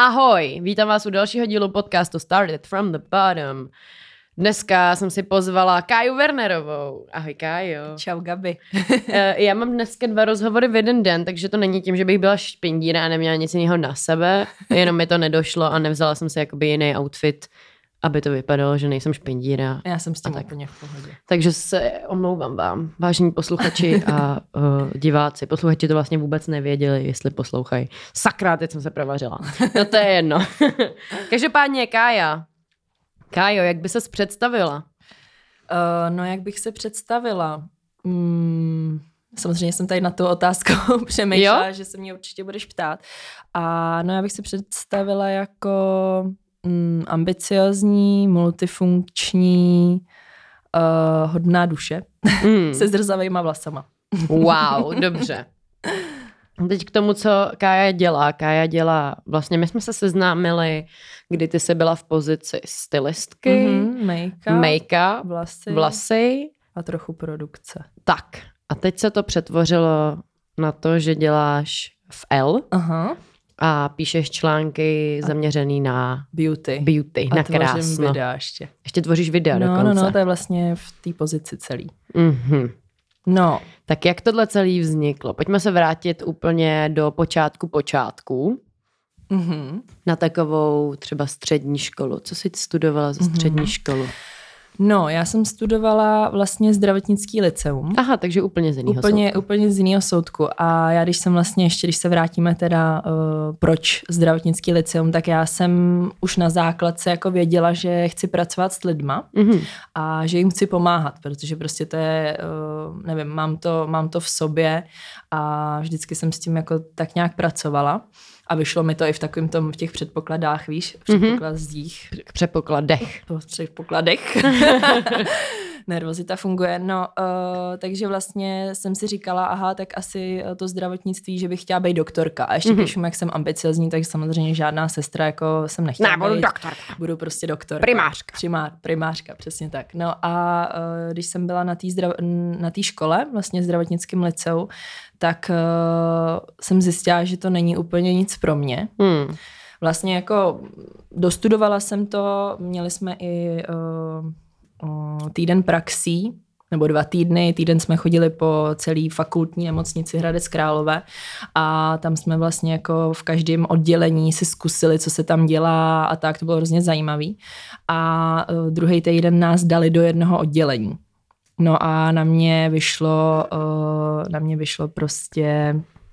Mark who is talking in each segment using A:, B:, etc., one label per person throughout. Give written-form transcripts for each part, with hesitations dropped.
A: Ahoj, vítám vás u dalšího dílu podcastu Started from the Bottom. Dneska jsem si pozvala Káju Wernerovou. Ahoj Kájo.
B: Čau Gabi.
A: Já mám dneska 2 rozhovory v jeden den, takže to není tím, že bych byla špindíra a neměla nic jiného na sebe, jenom mi to nedošlo a nevzala jsem si jakoby jiný outfit, aby to vypadalo, že nejsem špindíra.
B: Já jsem s tím úplně v pohodě.
A: Takže se omlouvám vám, vážení posluchači a diváci. Posluchači to vlastně vůbec nevěděli, jestli poslouchají. Sakra, teď jsem se provařila. No to je jedno. Každopádně Kája. Kájo, jak by ses představila?
B: No, jak bych se představila? Samozřejmě jsem tady na tu otázku přemýšlela, že se mě určitě budeš ptát. A no, já bych se představila jako ambiciozní, multifunkční, hodná duše se zrzavejma vlasama.
A: Wow, dobře. Teď k tomu, co Kája dělá. Kája dělá, vlastně my jsme se seznámili, kdy ty jsi byla v pozici stylistky, make-up, vlasy
B: a trochu produkce.
A: Tak, a teď se to přetvořilo na to, že děláš v L a píšeš články zaměřený na beauty na krásno.
B: A tvořím videa ještě.
A: Ještě tvoříš videa dokonce.
B: No, to je vlastně v té pozici celý.
A: Mhm.
B: No.
A: Tak jak tohle celý vzniklo? Pojďme se vrátit úplně do počátku. Na takovou třeba střední školu. Co jsi studovala za střední školu?
B: No, já jsem studovala vlastně zdravotnický liceum.
A: Aha, takže úplně z jiného soudku.
B: Úplně z jiného soudku. A já když se vrátíme teda, proč zdravotnický liceum, tak já jsem už na základce jako věděla, že chci pracovat s lidma a že jim chci pomáhat, protože prostě to je, nevím, mám to v sobě a vždycky jsem s tím jako tak nějak pracovala. A vyšlo mi to i v takovém tom, v těch předpokladách, víš, předpoklazdích. Předpokladech. Nervozita funguje. No, takže vlastně jsem si říkala, aha, tak asi to zdravotnictví, že bych chtěla být doktorka. A ještě píším, jak jsem ambiciozní, tak samozřejmě žádná sestra, jako jsem nechtěla být.
A: Doktorka.
B: Budu prostě doktorka. Primářka, přesně tak. No a když jsem byla na té škole, vlastně zdravotnickém liceu, tak jsem zjistila, že to není úplně nic pro mě. Vlastně jako dostudovala jsem to, měli jsme i týden praxí, nebo 2 týdny. Týden jsme chodili po celé fakultní nemocnici Hradec Králové a tam jsme vlastně jako v každém oddělení si zkusili, co se tam dělá a tak, to bylo hrozně zajímavý. A druhý týden nás dali do jednoho oddělení. No a na mě vyšlo prostě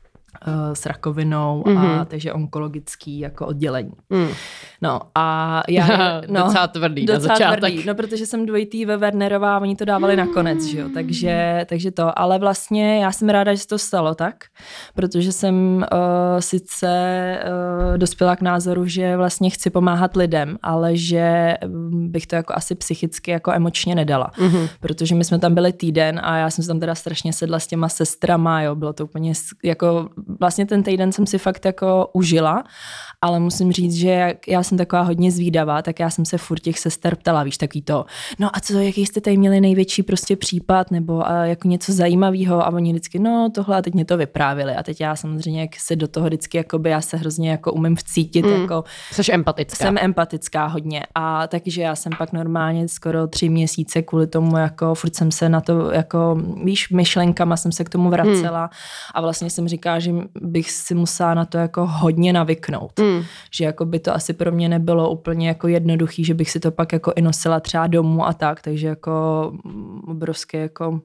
B: s rakovinou a takže onkologický jako oddělení. No a já...
A: docela tvrdý na začátek.
B: No, protože jsem dvojitý ve Wernerová a oni to dávali nakonec, že jo, takže to. Ale vlastně já jsem ráda, že se to stalo tak, protože jsem sice dospěla k názoru, že vlastně chci pomáhat lidem, ale že bych to jako asi psychicky jako emočně nedala. Protože my jsme tam byli týden a já jsem se tam teda strašně sedla s těma sestrama, jo, bylo to úplně jako... Vlastně ten týden jsem si fakt jako užila, ale musím říct, že já jsem taková hodně zvídavá, tak já jsem se furt těch sester ptala, víš, takový to, no a co, jaký jste tady měli největší prostě případ, nebo jako něco zajímavého a oni vždycky, no tohle a teď mě to vyprávili a teď já samozřejmě, jak se do toho vždycky, jakoby já se hrozně jako umím vcítit, jako...
A: Jseš empatická.
B: Jsem empatická hodně a takže já jsem pak normálně skoro 3 měsíce kvůli tomu, jako furt jsem se na to, jako víš, myšlenkama jsem se k tomu vracela a vlastně jsem říkala, že bych si musela na to jako hodně navyknout. Že jako by to asi pro mě nebylo úplně jako jednoduchý, že bych si to pak jako i nosila třeba domů a tak, takže jako obrovský jako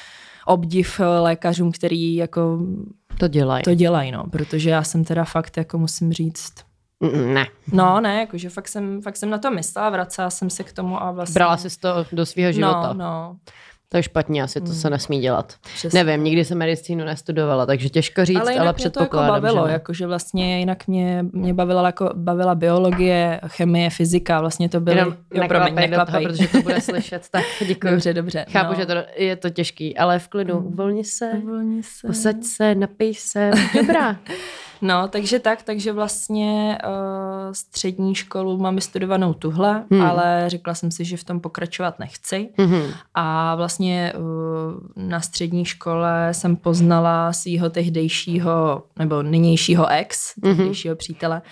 B: obdiv lékařům, který jako to dělají, no, protože já jsem teda fakt jako musím říct
A: ne.
B: No, ne, jakože fakt jsem na to myslela, vracela jsem se k tomu a vlastně...
A: Brala jsi to do svého života.
B: No.
A: To je špatně, asi to se nesmí dělat. Přesně. Nevím, nikdy jsem medicínu nestudovala, takže těžko říct, ale předpokládám,
B: jako bavilo,
A: že
B: jakože vlastně jinak mě bavila biologie, chemie, fyzika, vlastně to bylo...
A: Neklapej, protože to bude slyšet, tak děkuji.
B: Dobře.
A: Chápu, že je to těžký, ale v klidu, uvolni se, posaď se, napij se, dobrá.
B: No, takže vlastně střední školu mám vystudovanou tuhle, ale řekla jsem si, že v tom pokračovat nechci. A vlastně na střední škole jsem poznala svýho tehdejšího, nebo nynějšího tehdejšího přítele.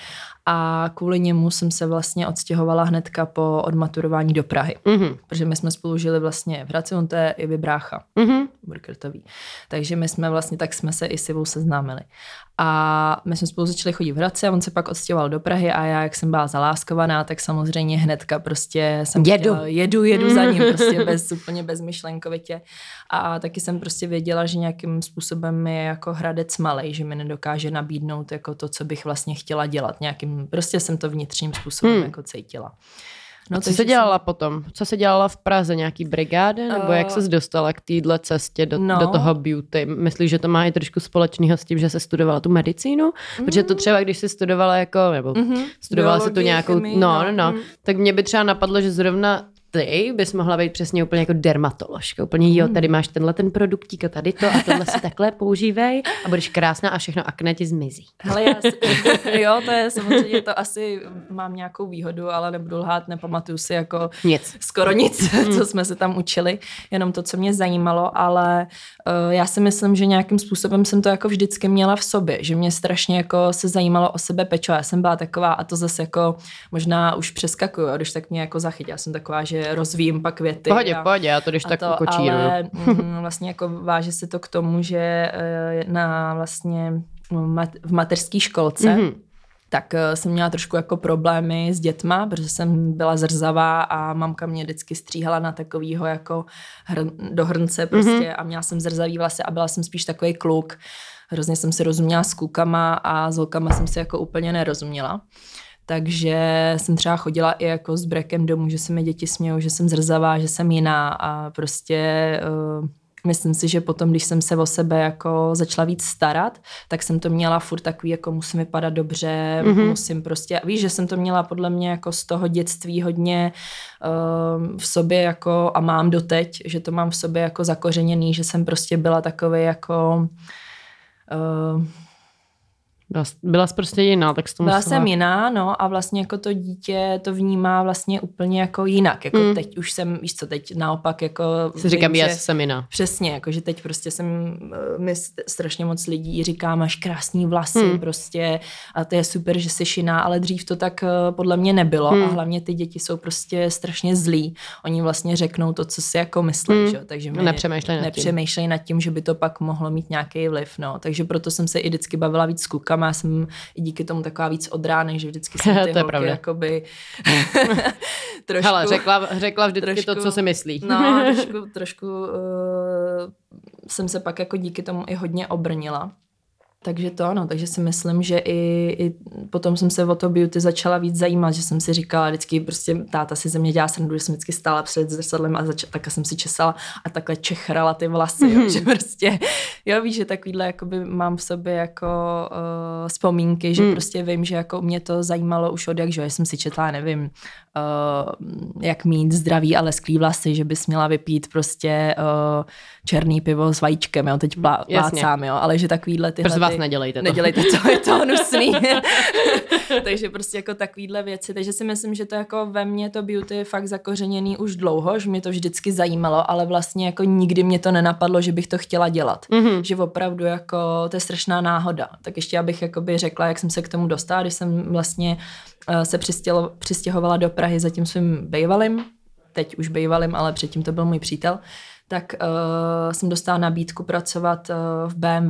B: a kvůli němu jsem se vlastně odstěhovala hnedka po odmaturování do Prahy. Protože my jsme spolu žili vlastně v Hradci, on to je i brácha. Burkertový. Takže my jsme vlastně, tak jsme se i s Ivou seznámili. A my jsme spolu začali chodit v Hradci a on se pak odstěhoval do Prahy a já, jak jsem byla zaláskovaná, tak samozřejmě hnedka prostě jsem jedu za ním, prostě úplně bezmyšlenkovitě. A taky jsem prostě věděla, že nějakým způsobem je jako Hradec malej, že mi nedokáže nabídnout jako to, co bych vlastně chtěla dělat. Prostě jsem to vnitřním způsobem jako cítila.
A: No, co jsi dělala potom? Co jsi dělala v Praze? Nějaký brigády? Nebo jak ses dostala k téhle cestě do toho beauty? Myslíš, že to má i trošku společného s tím, že jsi studovala tu medicínu? Protože to třeba, když jsi studovala nebo studovala si tu nějakou... Chemii, tak mě by třeba napadlo, že zrovna ty bys mohla být přesně úplně jako dermatoložka. Úplně tady máš ten produktík a tady to a tohle si takhle používej a budeš krásná a všechno akné ti zmizí.
B: Hele, to je samozřejmě, to asi mám nějakou výhodu, ale nebudu lhát, nepamatuju si jako skoro nic, co jsme se tam učili, jenom to, co mě zajímalo, ale já si myslím, že nějakým způsobem jsem to jako vždycky měla v sobě, že mě strašně jako se zajímalo o sebe pecho. Já jsem byla taková, a to zase jako možná už přeskakuju, když tak mě jako zachytí. Já jsem taková, že rozvíjím pak věty.
A: Pohodě, já to když tak ukočíruju.
B: Ale vlastně jako váže se to k tomu, že v mateřské školce tak jsem měla trošku jako problémy s dětma, protože jsem byla zrzavá a mamka mě vždycky stříhala na takovýho jako do hrnce prostě a měla jsem zrzavý vlasy a byla jsem spíš takový kluk. Hrozně jsem si rozuměla s klukama a s holkama jsem si jako úplně nerozuměla. Takže jsem třeba chodila i jako s brekem domů, že se mi děti smějou, že jsem zrzavá, že jsem jiná a prostě myslím si, že potom, když jsem se o sebe jako začala víc starat, tak jsem to měla furt takový, jako musím vypadat dobře, musím prostě, víš, že jsem to měla podle mě jako z toho dětství hodně v sobě jako a mám doteď, že to mám v sobě jako zakořeněný, že jsem prostě byla takový jako...
A: Byla jsi prostě jiná, tak jsi to musela...
B: Byla jsem jiná, no a vlastně jako to dítě to vnímá vlastně úplně jako jinak, jako teď už jsem, víš co, teď naopak jako...
A: Si říkám, já jsem jiná.
B: Přesně, jako že teď prostě mi strašně moc lidí říká, máš krásný vlasy prostě a to je super, že jsi jiná, ale dřív to tak podle mě nebylo a hlavně ty děti jsou prostě strašně zlí. Oni vlastně řeknou to, co si jako myslí, že? Takže nepřemýšlej nad tím, že by to pak mohlo mít nějaký vliv, no. Takže proto jsem se i vždycky bavila víc s klukama. Já jsem i díky tomu taková víc od rány, že vždycky jsem ty holky jakoby trošku...
A: Hele, řekla vždycky to, co si myslí.
B: No, trošku jsem se pak jako díky tomu i hodně obrnila. Takže takže si myslím, že i potom jsem se o to beauty začala víc zajímat, že jsem si říkala vždycky prostě táta si ze mě dělá srandu, že jsem vždycky stála před zrcadlem a takhle jsem si česala a takhle čechrala ty vlasy, jo, že prostě, jo, víš, že takovýhle jakoby mám v sobě jako vzpomínky, že prostě vím, že jako mě to zajímalo už od že jsem si četla, nevím, jak mít zdravý a lesklý vlasy, že bys měla vypít prostě černý pivo s vajíčkem, jo, teď plácám, jo, ale že takovýhle tyhle
A: nedělejte to.
B: Nedělejte to, je to hnusný. Takže prostě jako takovýhle věci. Takže si myslím, že to jako ve mně to beauty je fakt zakořeněný už dlouho, že mě to vždycky zajímalo, ale vlastně jako nikdy mě to nenapadlo, že bych to chtěla dělat. Že opravdu jako to je strašná náhoda. Tak ještě abych jakoby řekla, jak jsem se k tomu dostala, když jsem vlastně se přistěhovala do Prahy za tím svým bejvalým, teď už bejvalým, ale předtím to byl můj přítel, tak jsem dostala nabídku pracovat v BMW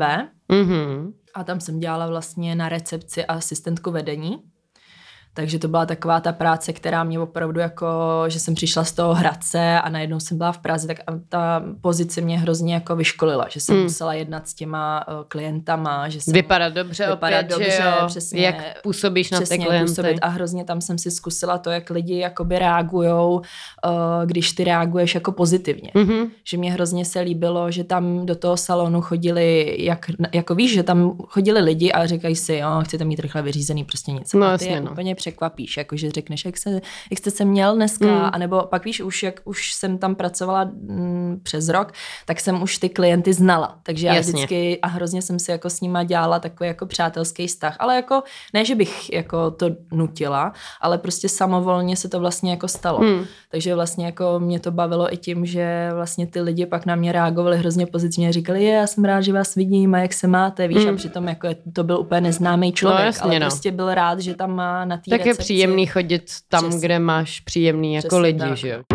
B: a tam jsem dělala vlastně na recepci asistentku vedení. Takže to byla taková ta práce, která mě opravdu jako, že jsem přišla z toho Hradce a najednou jsem byla v Praze, tak ta pozice mě hrozně jako vyškolila, že jsem musela jednat s těma klientama, že jsem
A: vypadat dobře,
B: přesně,
A: jak působíš na ty klienty.
B: A hrozně tam jsem si zkusila to, jak lidi jakoby reagujou, když ty reaguješ jako pozitivně. Že mě hrozně se líbilo, že tam do toho salonu chodili, jako víš, že tam chodili lidi a říkají si, jo, chcete mít rychle vyřízený, prostě nic.
A: No,
B: a ty je úplně překvapíš, jakože řekneš, jak jste se měl dneska, anebo pak víš, jak už jsem tam pracovala přes rok, tak jsem už ty klienty znala, takže já vždycky a hrozně jsem si jako s nima dělala takový jako přátelský vztah, ale jako ne, že bych jako to nutila, ale prostě samovolně se to vlastně jako stalo. Takže vlastně jako mě to bavilo i tím, že vlastně ty lidi pak na mě reagovali hrozně pozitivně, říkali, já jsem rád, že vás vidím a jak se máte, víš, a přitom jako to byl úplně neznámý člověk, no, jasně, ale prostě byl rád, že tam má na té recepci.
A: Tak je příjemný chodit tam, přesně, kde máš příjemný jako přesně lidi, tak. Že jo.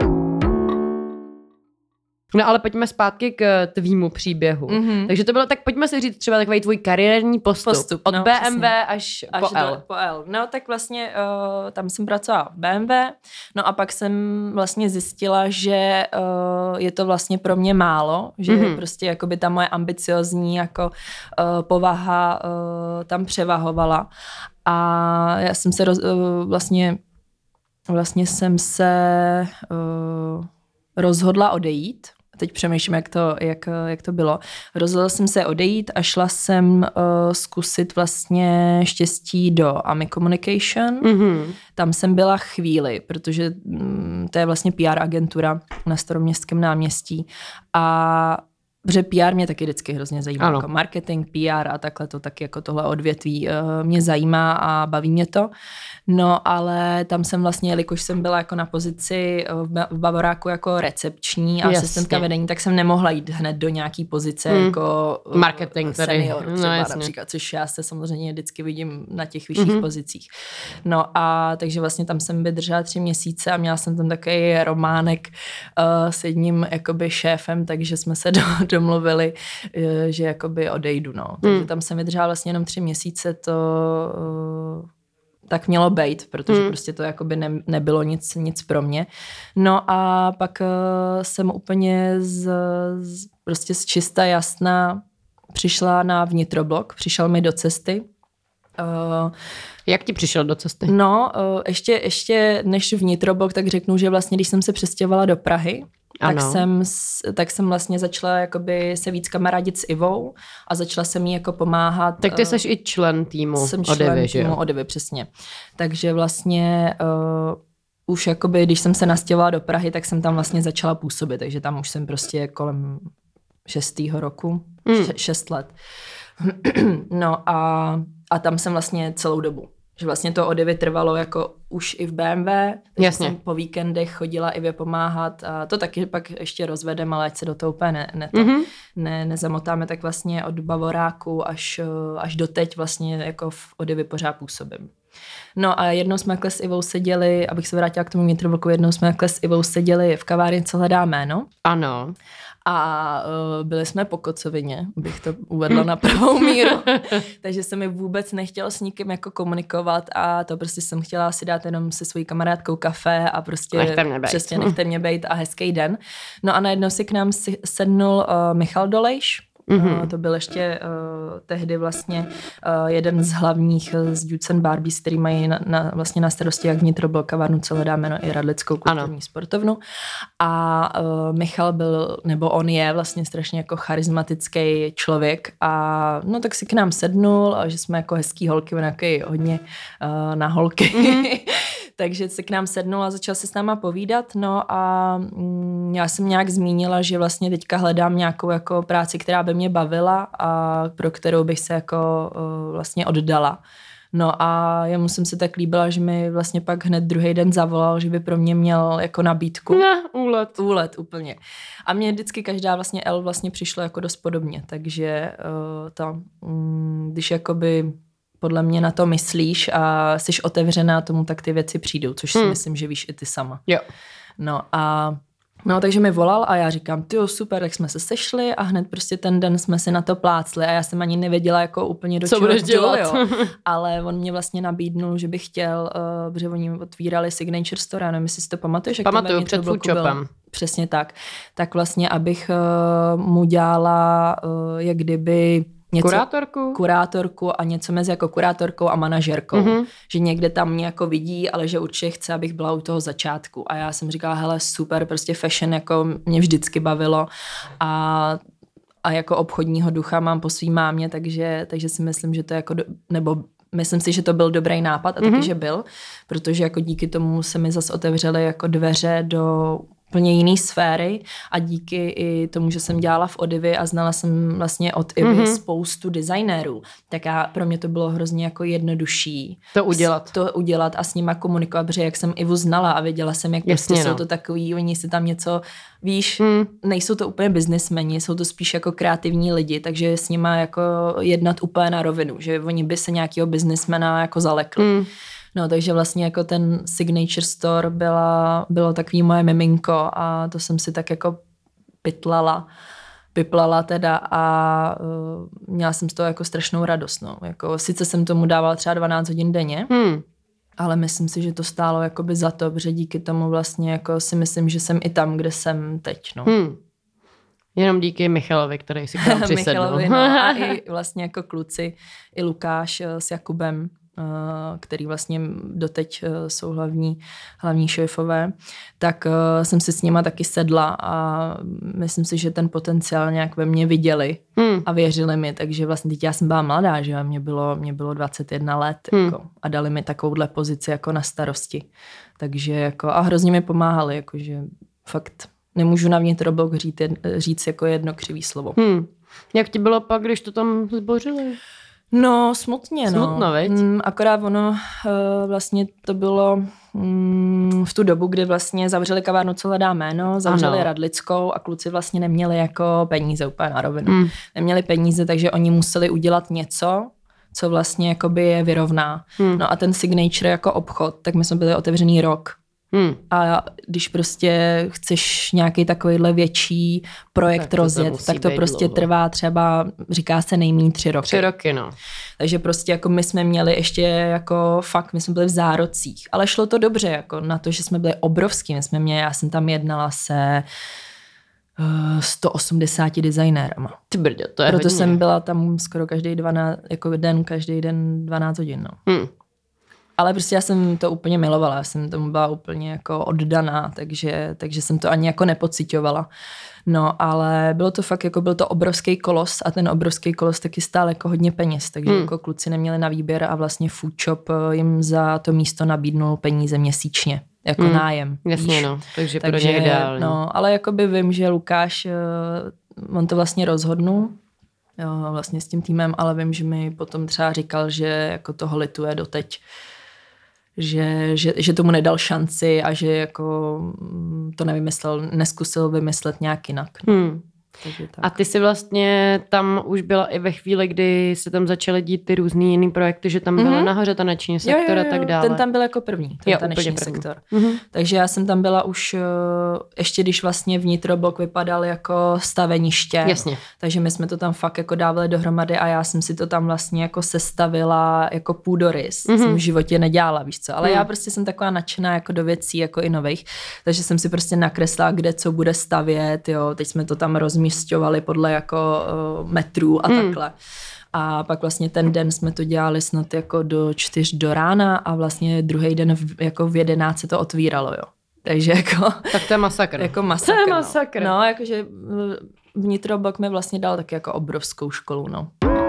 A: No ale pojďme zpátky k tvýmu příběhu. Takže to bylo, tak pojďme si říct třeba takový tvůj kariérní postup. Od BMW přesně. až po L.
B: Po L. No tak vlastně tam jsem pracovala v BMW, no a pak jsem vlastně zjistila, že je to vlastně pro mě málo, že prostě jakoby ta moje ambiciozní jako povaha tam převahovala. A já jsem se vlastně jsem se rozhodla odejít. Teď přemýšlím, jak to bylo. Rozhodla jsem se odejít a šla jsem zkusit vlastně štěstí do AMI Communication. Tam jsem byla chvíli, protože to je vlastně PR agentura na Staroměstském náměstí. A protože PR mě taky vždycky hrozně zajímá, jako marketing, PR a takhle to taky jako tohle odvětví mě zajímá a baví mě to. No ale tam jsem vlastně, jelikož jsem byla jako na pozici v Bavoráku jako recepční a asistentka vedení, tak jsem nemohla jít hned do nějaký pozice jako
A: marketing
B: senior třeba například, což já se samozřejmě vždycky vidím na těch vyšších pozicích. No a takže vlastně tam jsem vydržela 3 měsíce a měla jsem tam takový románek s jedním jakoby šéfem, takže jsme se domluvili, že jakoby odejdu, no. Takže tam jsem vydržela vlastně jenom 3 měsíce, to tak mělo být, protože prostě to jakoby nebylo nic pro mě. No a pak jsem úplně prostě z čista jasna přišla na vnitroblok, přišel mi do cesty.
A: Jak ti přišel do cesty?
B: No, ještě než vnitroblok, tak řeknu, že vlastně, když jsem se přestěhovala do Prahy, tak jsem vlastně začala jakoby se víc kamarádit s Ivou a začala jsem jí jako pomáhat.
A: Tak ty jsi i člen týmu
B: Odevy, že jo? Týmu Odevy, přesně. Takže vlastně už jakoby, když jsem se nastěhovala do Prahy, tak jsem tam vlastně začala působit, takže tam už jsem prostě kolem 6. roku, 6 let. No a tam jsem vlastně celou dobu. Že vlastně to Odevy trvalo jako už i v BMW, takže jsem po víkendech chodila Ivě pomáhat a to taky pak ještě rozvedem, ale ať se do toho úplně nezamotáme, tak vlastně od Bavoráku až do teď vlastně jako v Odevy pořád působím. No a jednou jsme takhle s Ivou seděli, abych se vrátila k tomu vnitroblku, jednou jsme takhle s Ivou seděli v kavárně Co hledá jméno.
A: Ano.
B: A byli jsme po kocovině, bych to uvedla na pravou míru. Takže se mi vůbec nechtělo s nikým jako komunikovat a to prostě jsem chtěla si dát jenom se svojí kamarádkou kafe a prostě nechte mě bejt a hezký den. No a najednou si k nám sednul Michal Dolejš. To byl ještě tehdy vlastně jeden z hlavních z Dudes & Barbies, který mají vlastně na starosti jak vnitroblok, kavárnu Co hledá jméno i Radlickou kulturní sportovnu. A Michal byl, nebo on je vlastně strašně jako charismatický člověk a no tak si k nám sednul a že jsme jako hezký holky, nějaký hodně na holky. Takže se k nám sednul a začal se s náma povídat, no a já jsem nějak zmínila, že vlastně teďka hledám nějakou jako práci, která by mě bavila a pro kterou bych se jako vlastně oddala. No a jemu jsem se tak líbila, že mi vlastně pak hned druhý den zavolal, že by pro mě měl jako nabídku. Úlet úplně. A mě vždycky každá vlastně L vlastně přišlo jako dost podobně, takže když jakoby podle mě na to myslíš a jsi otevřená tomu, tak ty věci přijdou, což si myslím, že víš i ty sama.
A: Jo.
B: No, takže mi volal a já říkám, tyjo, super, tak jsme se sešli a hned prostě ten den jsme si na to plácli a já jsem ani nevěděla jako úplně do
A: co
B: čeho
A: budeš dělat.
B: Jo. Ale on mě vlastně nabídnul, že bych chtěl, protože oni otvírali Signature Store, nevím, jestli si to pamatuješ.
A: Pamatuju, před foodshopem.
B: Přesně tak. Tak vlastně, abych mu dělala jak kdyby kurátorku a něco mezi jako kurátorkou a manažerkou. Že někde tam mě jako vidí, ale že určitě chce, abych byla u toho začátku. A já jsem říkala, hele, super, prostě fashion jako mě vždycky bavilo a jako obchodního ducha mám po svý mámě, takže si myslím, že to je jako, nebo myslím si, že to byl dobrý nápad a taky, že byl, protože jako díky tomu se mi zase otevřely jako dveře do úplně jiný sféry a díky i tomu, že jsem dělala v Odivy a znala jsem vlastně od Ivy spoustu designérů, tak pro mě to bylo hrozně jako jednodušší to udělat a s nima komunikovat, protože jak jsem Ivu znala a věděla jsem, jak prostě jsou to takový, oni si tam něco, víš, nejsou to úplně biznismeni, jsou to spíš jako kreativní lidi, takže s nima jako jednat úplně na rovinu, že oni by se nějakého biznismena jako zalekli. No, takže vlastně jako ten Signature Store bylo takový moje miminko a to jsem si tak jako pyplala teda a měla jsem z toho jako strašnou radost, no. Jako, sice jsem tomu dávala třeba 12 hodin denně, ale myslím si, že to stálo jakoby za to, protože díky tomu vlastně jako si myslím, že jsem i tam, kde jsem teď, no.
A: Jenom díky Michalovi, který si k nám přisedl.
B: Michalovi, no, a i vlastně jako kluci, i Lukáš s Jakubem, který vlastně doteď jsou hlavní šéfové, tak jsem si s nima taky sedla a myslím si, že ten potenciál nějak ve mně viděli a věřili mi, takže vlastně teď já jsem byla mladá, že mě bylo 21 let jako, a dali mi takovouhle pozici jako na starosti. Takže jako a hrozně mi pomáhali, jakože fakt nemůžu na vnitroblok říct jako jedno křivý slovo.
A: Jak ti bylo pak, když to tam zbořili?
B: No, smutně, no.
A: Smutno, veď?
B: Akorát ono, vlastně to bylo v tu dobu, kdy vlastně zavřeli kavárnu Co hledá jméno, zavřeli Radlickou a kluci vlastně neměli jako peníze úplně na rovinu. Neměli peníze, takže oni museli udělat něco, co vlastně jakoby je vyrovná. No a ten Signature jako obchod, tak my jsme byli otevřený rok. A když prostě chceš nějaký takovýhle větší projekt rozjet, tak to prostě trvá třeba, říká se nejméně 3 roky.
A: 3 roky, no.
B: Takže prostě jako my jsme měli ještě jako fakt, my jsme byli v zárocích, ale šlo to dobře, jako na to, že jsme byli obrovský, já jsem tam jednala se 180 designérama.
A: Ty brdě, to je
B: Proto
A: hodně.
B: jsem byla tam skoro každý den 12 hodin, no. Ale prostě já jsem to úplně milovala, já jsem tomu byla úplně jako oddaná, takže jsem to ani jako nepociťovala. No, ale bylo to fakt jako, byl to obrovský kolos a ten obrovský kolos taky stál jako hodně peněz, takže jako kluci neměli na výběr a vlastně Food Shop jim za to místo nabídnul peníze měsíčně, jako nájem.
A: Jasně, no, takže pro ně ideální.
B: No, ale jakoby vím, že Lukáš, on to vlastně rozhodnul, jo, vlastně s tím týmem, ale vím, že mi potom třeba říkal, že jako toho lituje doteď, že tomu nedal šanci a že jako to neskusil vymyslet nějak jinak. Takže tak.
A: A ty jsi vlastně tam už byla i ve chvíli, kdy se tam začaly dít ty různý jiný projekty, že tam byla nahoře taneční sektor a tak dále.
B: Ten tam byl jako první, ten taneční sektor. Takže já jsem tam byla už, ještě když vlastně vnitroblok vypadal jako staveniště.
A: Jasně.
B: Takže my jsme to tam fakt jako dávali dohromady a já jsem si to tam vlastně jako sestavila jako půdorys. Jsem v životě nedělala, víš co. Ale já prostě jsem taková nadšená jako do věcí, jako i nových. Takže jsem si prostě nakreslila, kde co bude stavět, jo. Teď jsme to tam rozmísťovali podle jako metrů a takhle. A pak vlastně ten den jsme to dělali snad jako do 4 do rána a vlastně druhý den jako v 11 se to otvíralo, jo. Takže jako...
A: Tak to je masakr.
B: Jako masakr,
A: to je masakr.
B: No, jakože vnitroblok mi vlastně dal taky jako obrovskou školu, no.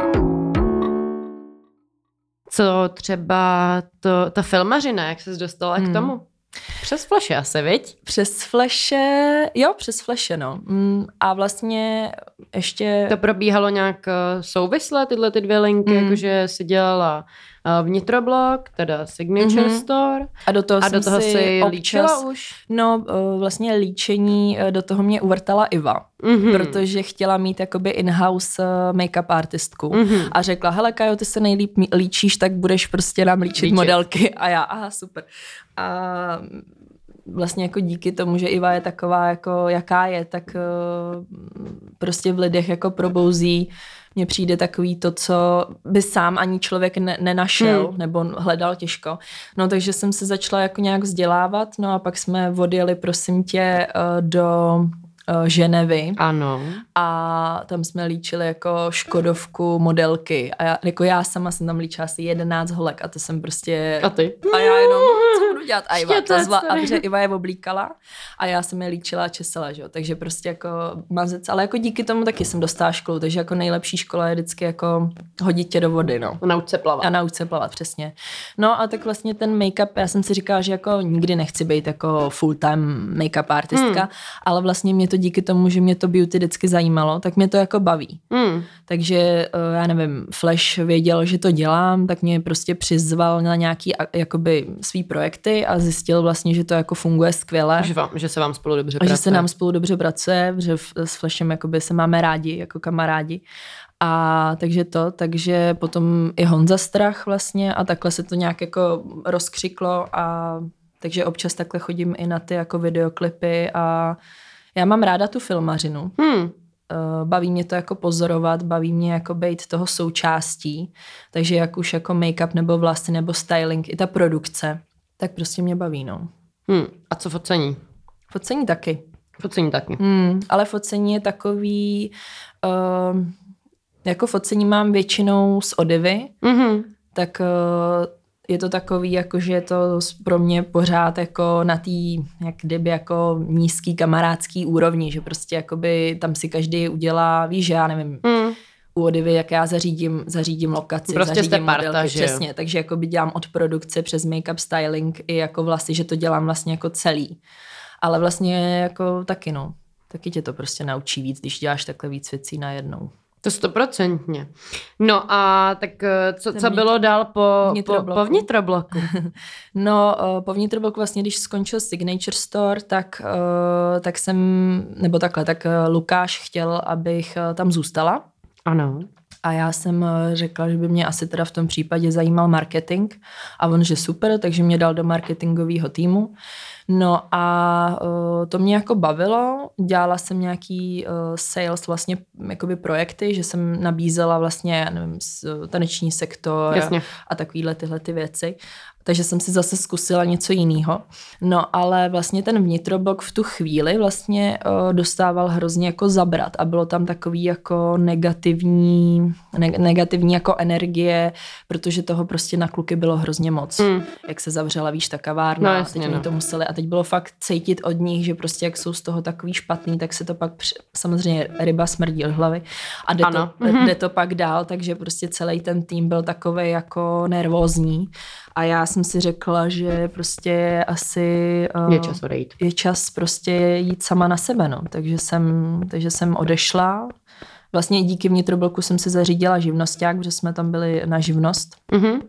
A: Co třeba ta filmařina, jak ses dostala k tomu? Přes Flashe asi, viď?
B: Přes Flashe, no. A vlastně ještě...
A: To probíhalo nějak souvisle, tyhle ty 2 linky, jakože si dělala vnitroblok, teda Signature Store.
B: A do toho
A: si líčila už?
B: No, vlastně líčení, do toho mě uvrtala Iva, protože chtěla mít jakoby in-house make-up artistku. A řekla, hele Kajo, ty se nejlíp líčíš, tak budeš prostě nám líčit modelky. A já, aha, super. A vlastně jako díky tomu, že Iva je taková, jako jaká je, tak prostě v lidech jako probouzí. Mně přijde takový to, co by sám ani člověk nenašel nebo hledal těžko. No takže jsem se začala jako nějak vzdělávat, no a pak jsme odjeli, prosím tě, do Ženevy.
A: Ano.
B: A tam jsme líčili jako Škodovku modelky. A já sama jsem tam líčila asi 11 holek a to jsem prostě...
A: A ty?
B: A já jenom, co budu dělat a Iva to zva, a protože Iva je oblíkala a já jsem je líčila a česela, že jo, takže prostě jako mazec, ale jako díky tomu taky jsem dostala školu, takže jako nejlepší škola je vždycky jako hodit tě do vody, no.
A: A nauč se plavat.
B: A nauč se plavat, přesně. No a tak vlastně ten make-up, já jsem si říkala, že jako nikdy nechci být jako full-time make-up artistka, ale vlastně mě to díky tomu, že mě to beauty vždycky zajímalo, tak mě to jako baví. Takže já nevím, Flash věděl, že to dělám, tak mě prostě přizval na nějaký jakoby svý projekty a zjistil vlastně, že to jako funguje skvěle.
A: Že se vám spolu dobře pracuje.
B: Že se nám spolu dobře pracuje, že s Flashem jakoby se máme rádi, jako kamarádi. A takže potom i Honza Strach vlastně a takhle se to nějak jako rozkřiklo a takže občas takhle chodím i na ty jako videoklipy a já mám ráda tu filmařinu. Baví mě to jako pozorovat, baví mě jako být toho součástí, takže jak už jako make-up nebo vlasy nebo styling, i ta produkce, tak prostě mě baví, no.
A: A co focení?
B: Focení taky. Ale focení je takový, jako focení mám většinou z Odivy, tak je to takový, jako že je to pro mě pořád jako na té, jak kdyby jako nízký kamarádský úrovni, že prostě jakoby tam si každý udělá, víš, já nevím, u Odivy, jak já zařídím lokaci,
A: prostě
B: zařídím
A: modelky,
B: parta, přesně, takže jakoby dělám od produkce přes make-up styling i jako vlasy, že to dělám vlastně jako celý. Ale vlastně jako taky, no. Taky tě to prostě naučí víc, když děláš takhle víc věcí najednou.
A: To 100%. No a tak co bylo dál po vnitrobloku?
B: No, po vnitrobloku vlastně, když skončil Signature Store, tak jsem, nebo takhle, tak Lukáš chtěl, abych tam zůstala.
A: Ano.
B: A já jsem řekla, že by mě asi teda v tom případě zajímal marketing a on, že super, takže mě dal do marketingového týmu. No a to mě jako bavilo, dělala jsem nějaký sales vlastně jakoby projekty, že jsem nabízela vlastně, já nevím, taneční sektor a takovýhle tyhle ty věci. Takže jsem si zase zkusila něco jiného. No ale vlastně ten vnitroblok v tu chvíli vlastně dostával hrozně jako zabrat a bylo tam takový jako negativní jako energie, protože toho prostě na kluky bylo hrozně moc. Jak se zavřela, víš, ta kavárna,
A: no, jasně,
B: teď oni to museli a teď bylo fakt cítit od nich, že prostě jak jsou z toho takový špatný, tak se to pak samozřejmě ryba smrdí od hlavy a jde to pak dál, takže prostě celý ten tým byl takovej jako nervózní. A já jsem si řekla, že prostě asi
A: je čas odejít.
B: Je čas prostě jít sama na sebe, no. Takže jsem odešla. Vlastně díky vnitrobloku jsem si zařídila živnosťák, protože jsme tam byli na živnost.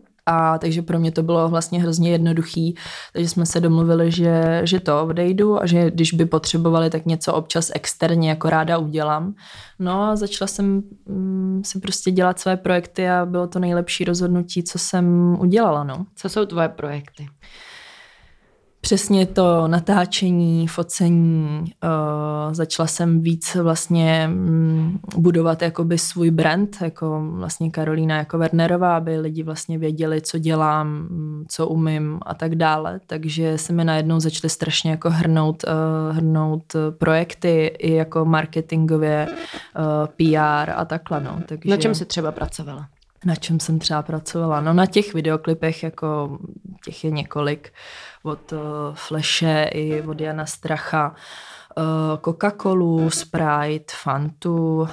B: A takže pro mě to bylo vlastně hrozně jednoduchý, takže jsme se domluvili, že to odejdu a že když by potřebovali, tak něco občas externě jako ráda udělám. No a začala jsem si prostě dělat své projekty a bylo to nejlepší rozhodnutí, co jsem udělala, no.
A: Co jsou tvoje projekty?
B: Přesně to natáčení, focení, začala jsem víc vlastně budovat jakoby svůj brand, jako vlastně Karolína jako Wernerová, aby lidi vlastně věděli, co dělám, co umím a tak dále. Takže se mi najednou začaly strašně jako hrnout projekty i jako marketingově, PR a takhle, no. Takže...
A: Na čem jsi třeba pracovala?
B: Na čem jsem třeba pracovala? No na těch videoklipech, jako těch je několik, od Flashe i od Jana Stracha, Coca-Colu, Sprite, Fantu,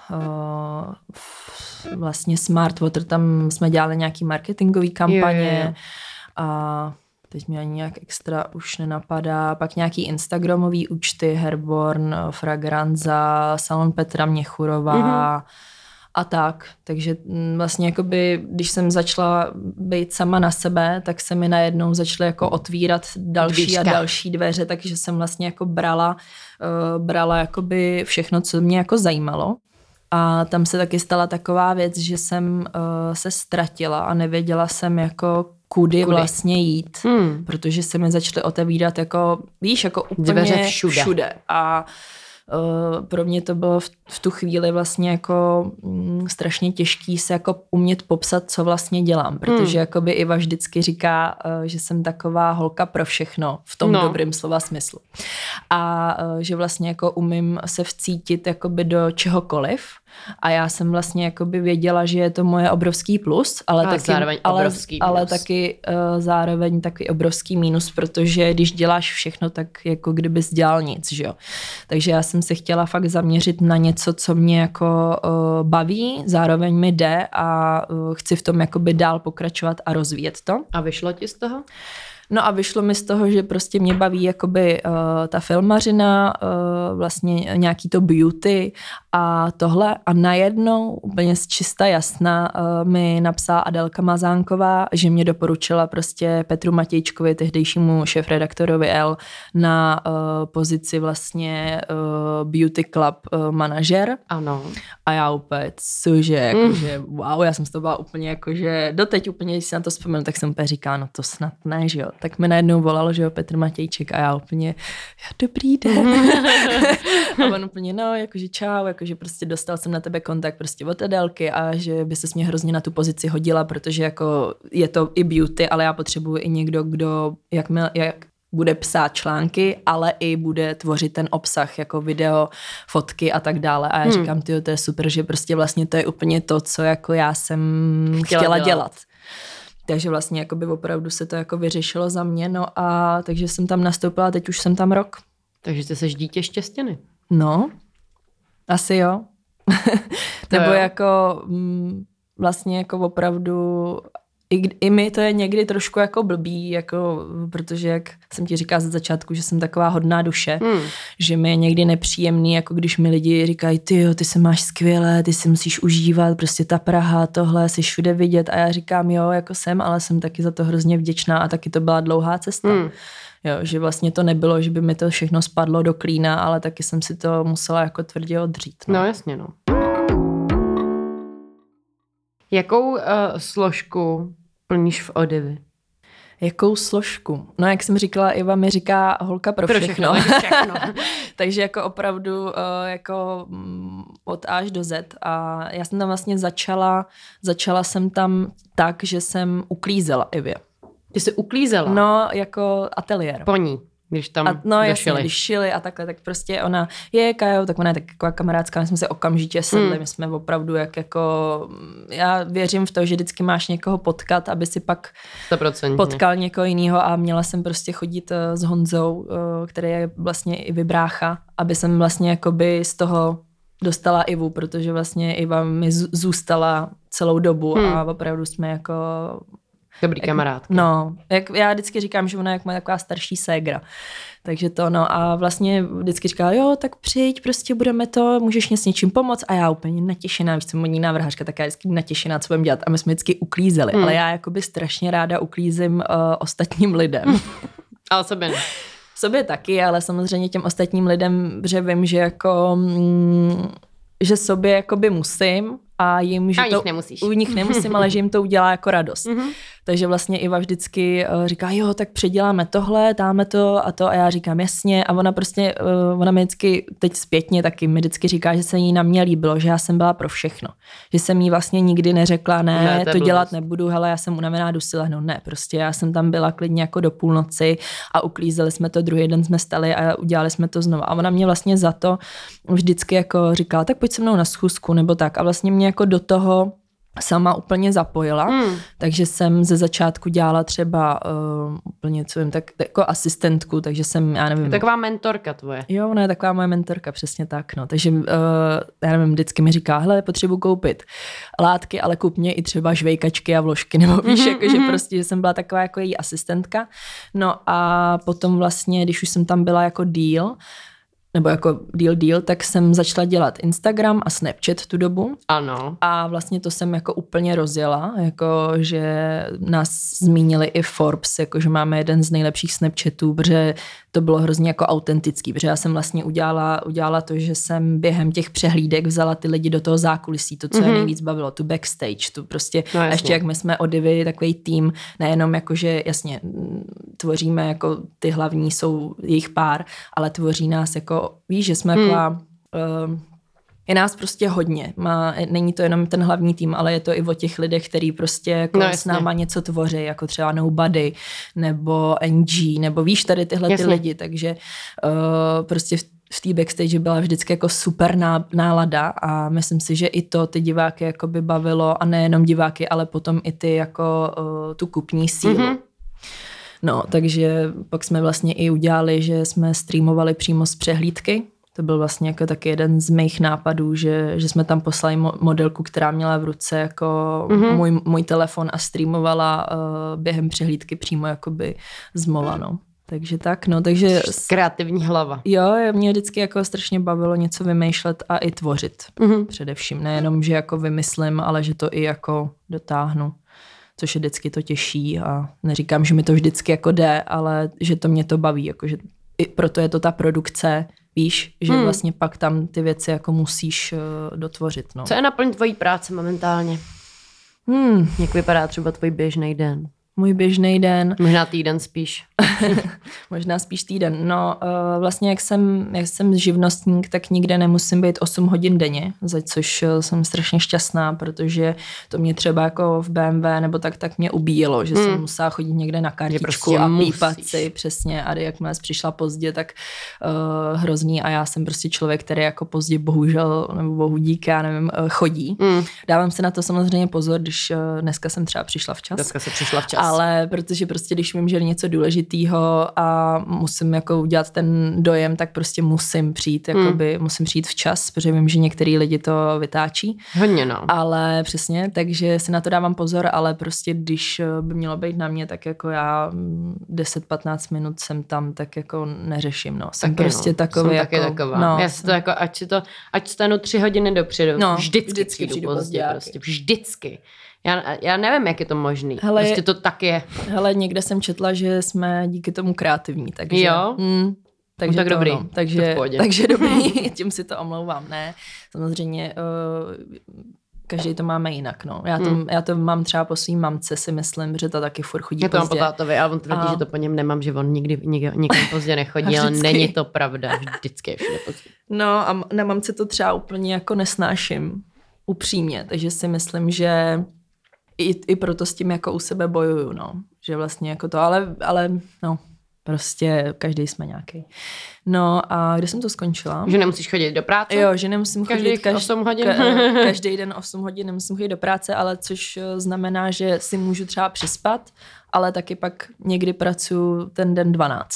B: vlastně Smart Water, tam jsme dělali nějaký marketingový kampaně a teď mě ani nějak extra už nenapadá. Pak nějaký instagramový účty, Herborn, Fragranza, Salon Petra Měchurová, a tak. Takže vlastně jakoby, když jsem začala být sama na sebe, tak se mi najednou začaly jako otvírat další a další dveře, takže jsem vlastně jako brala jakoby všechno, co mě jako zajímalo. A tam se taky stala taková věc, že jsem se ztratila a nevěděla jsem jako kudy vlastně jít, protože se mi začaly otevírat jako, víš, jako úplně všude. A pro mě to bylo v tu chvíli vlastně jako strašně těžký se jako umět popsat, co vlastně dělám, protože jakoby Iva vždycky říká, že jsem taková holka pro všechno v tom dobrým slova smyslu. A že vlastně jako umím se vcítit jakoby do čehokoliv a já jsem vlastně jakoby věděla, že je to moje obrovský plus, ale taky zároveň taky obrovský mínus, protože když děláš všechno, tak jako kdybys dělal nic, že jo. Takže já jsem se chtěla fakt zaměřit na něco, co mě jako baví, zároveň mi jde a chci v tom jakoby dál pokračovat a rozvíjet to.
A: A vyšlo ti z toho?
B: No a vyšlo mi z toho, že prostě mě baví jakoby ta filmařina, vlastně nějaký to beauty a tohle a najednou úplně z čista jasna mi napsala Adelka Mazánková, že mě doporučila prostě Petru Matějčkovi, tehdejšímu šéfredaktorovi L, na pozici vlastně beauty club manažer.
A: Ano.
B: A já úplně, cože, jakože wow, já jsem z toho byla úplně jakože, doteď úplně, když si na to vzpomenu, tak jsem úplně říkala, no to snad ne, že jo. Tak mi najednou volalo, že jo, Petr Matějček a já úplně, dobrý den. A on úplně, no, jakože čau, jakože prostě dostal jsem na tebe kontakt prostě od Adelky a že by ses mě hrozně na tu pozici hodila, protože jako je to i beauty, ale já potřebuji i někdo, kdo, jak bude psát články, ale i bude tvořit ten obsah, jako video, fotky a tak dále. A já říkám, tyjo, to je super, že prostě vlastně to je úplně to, co jako já jsem chtěla dělat. Takže vlastně jakoby opravdu se to jako vyřešilo za mě, no a takže jsem tam nastoupila, teď už jsem tam rok.
A: Takže ty seš dítě štěstěny.
B: No, asi jo. Nebo jako vlastně jako opravdu i mi to je někdy trošku jako blbý, jako, protože jak jsem ti říkala ze začátku, že jsem taková hodná duše, že mi je někdy nepříjemný, jako když mi lidi říkají, ty se máš skvěle, ty si musíš užívat, prostě ta Praha, tohle, jsi všude vidět a já říkám, jo, jako jsem, ale jsem taky za to hrozně vděčná a taky to byla dlouhá cesta. Jo, že vlastně to nebylo, že by mi to všechno spadlo do klína, ale taky jsem si to musela jako tvrdě odřít.
A: No jasně, no. Jakou složku plníš v Odivy?
B: Jakou složku? No, jak jsem říkala, Iva mi říká holka pro všechno. Takže jako opravdu jako od A až do Z. A já jsem tam vlastně začala jsem tam tak, že jsem uklízela Ivě.
A: Ty jsi uklízela?
B: No, jako ateliér.
A: Po ní, když tam
B: jasně, když šili a takhle, tak prostě ona je Kajo, tak ona je taková kamarádská, my jsme se okamžitě sedli, my jsme opravdu já věřím v to, že vždycky máš někoho potkat, aby si pak
A: 100%.
B: potkal někoho jiného a měla jsem prostě chodit s Honzou, který je vlastně i vybrácha, aby jsem vlastně jakoby z toho dostala Ivu, protože vlastně Iva mi zůstala celou dobu a opravdu jsme jako
A: dobrý kamarádky.
B: No, jak já vždycky říkám, že ona je moje taková starší ségra. Takže to, no a vlastně vždycky říkala, jo, tak přijď, prostě budeme to, můžeš mě s něčím pomoct a já úplně natěšená, víš, jsem modní návrhářka, tak já vždycky natěšená, co budem dělat a my jsme vždycky uklízeli, ale já jakoby strašně ráda uklízím ostatním lidem.
A: Ale sobě ne.
B: Sobě taky, ale samozřejmě těm ostatním lidem, že vím, že jako, že sobě jakoby musím, a jim, že u nich nemusím, ale že jim to udělá jako radost. Takže vlastně Iva vždycky říká, jo, tak předěláme tohle, dáme to a já říkám jasně a ona prostě, ona mi vždycky, teď zpětně taky mi vždycky říká, že se jí na mě líbilo, že já jsem byla pro všechno. Že jsem jí vlastně nikdy neřekla, ne to dělat nebudu, hele, já jsem unavená, jdu si lehnout. Ne, prostě já jsem tam byla klidně jako do půlnoci a uklízeli jsme to, druhý den jsme stali a udělali jsme to znovu. A ona mě vlastně za to vždycky jako říkala, tak pojď se mnou na schůzku nebo tak a vlastně mě jako do toho sama úplně zapojila, takže jsem ze začátku dělala třeba úplně, co vím, tak jako asistentku, takže jsem, já nevím.
A: Je taková mentorka tvoje.
B: Jo, ona je taková moje mentorka, přesně tak, no. Takže, já nevím, vždycky mi říká, hele, potřebuji koupit látky, ale kup mě i třeba žvejkačky a vložky, nebo víš, jakože prostě, že jsem byla taková jako její asistentka. No a potom vlastně, když už jsem tam byla jako díl, nebo jako deal, tak jsem začala dělat Instagram a Snapchat tu dobu.
A: Ano.
B: A vlastně to jsem jako úplně rozjela, jako že nás zmínili i Forbes, jako že máme jeden z nejlepších Snapchatů, protože to bylo hrozně jako autentický, protože já jsem vlastně udělala to, že jsem během těch přehlídek vzala ty lidi do toho zákulisí, to, co je nejvíc bavilo, tu backstage, tu prostě, no, ještě jak my jsme Odivy, takový tým, nejenom jako, že jasně tvoříme jako ty hlavní jsou jejich pár, ale tvoří nás jako, víš, že jsme taková Je nás prostě hodně. Není to jenom ten hlavní tým, ale je to i o těch lidech, který prostě jako s náma něco tvoří, jako třeba Nobody, nebo NG, nebo víš, tady tyhle ty lidi, takže prostě v té backstage byla vždycky jako super nálada a myslím si, že i to ty diváky jako by bavilo a nejenom diváky, ale potom i ty jako tu kupní sílu. No, takže pak jsme vlastně i udělali, že jsme streamovali přímo z přehlídky. To byl vlastně jako taky jeden z mých nápadů, že jsme tam poslali modelku, která měla v ruce jako můj telefon a streamovala během přehlídky přímo jakoby z mola, no. Takže tak, no, takže...
A: Kreativní hlava.
B: Jo, mě vždycky jako strašně bavilo něco vymýšlet a i tvořit. Především. Nejenom, že jako vymyslím, ale že to i jako dotáhnu. Což je vždycky to těžší a neříkám, že mi to vždycky jako jde, ale že to mě to baví, jakože i proto je to ta produkce, víš, že vlastně pak tam ty věci jako musíš dotvořit. No.
A: Co je naplň tvojí práce momentálně? Jak vypadá třeba tvůj běžný den?
B: Můj běžný den.
A: Možná týden spíš.
B: Možná spíš týden. No vlastně jak jsem živnostník, tak nikde nemusím být 8 hodin denně, za což jsem strašně šťastná, protože to mě třeba jako v BMW nebo tak mě ubíjelo, že jsem musela chodit někde na kartičku
A: prostě
B: a pípat si přesně a jakmile přišla pozdě, tak hrozný a já jsem prostě člověk, který jako pozdě bohužel, nebo bohu dík, já nevím, chodí. Dávám si na to samozřejmě pozor, když dneska jsem třeba přišla včas.
A: Dneska se přišla včas.
B: Ale protože prostě, když vím, že je něco důležitýho a musím jako udělat ten dojem, tak prostě musím přijít, jakoby, musím přijít včas, protože vím, že některý lidi to vytáčí.
A: Hodně, no.
B: Ale přesně, takže si na to dávám pozor, ale prostě, když by mělo být na mě, tak jako já 10-15 minut jsem tam, tak jako neřeším, no. Jsem taky, prostě takový
A: jsem
B: jako...
A: taky taková. No, já si to jako, ať stanu 3 hodiny dopředu,
B: no,
A: vždycky přijdu pozdě, prostě vždycky. Já nevím, jak je to možný. Hele, prostě to tak je.
B: Hele, někde jsem četla, že jsme díky tomu kreativní, takže...
A: Jo?
B: Takže
A: tak
B: to,
A: dobrý.
B: No, takže dobrý, tím si to omlouvám, ne. Samozřejmě každý to máme jinak, no. Já to mám třeba po svým mamce, si myslím, že to taky furt chodí
A: pozdě. Já to mám
B: pozdě.
A: po tátovi a on tvrdí, že to po něm nemám, že on nikdy nikam pozdě nechodí, ale není to pravda, vždycky je všude pozdě.
B: No a na mamce to třeba úplně jako nesnáším, upřímně, takže si myslím, že i proto s tím jako u sebe bojuju, no. Že vlastně jako to, ale no, prostě každý jsme nějaký. No a kde jsem to skončila?
A: Že nemusíš chodit do práce?
B: Jo, že nemusím chodit
A: 8 hodin.
B: Každý den 8 hodin nemusím chodit do práce, ale což znamená, že si můžu třeba přespat, ale taky pak někdy pracuji ten den 12.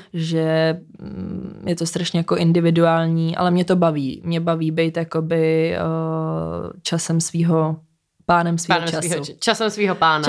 B: Že je to strašně jako individuální, ale mě to baví. Mě baví být jakoby časem svýho pánem svýho času.
A: Časem svýho pána.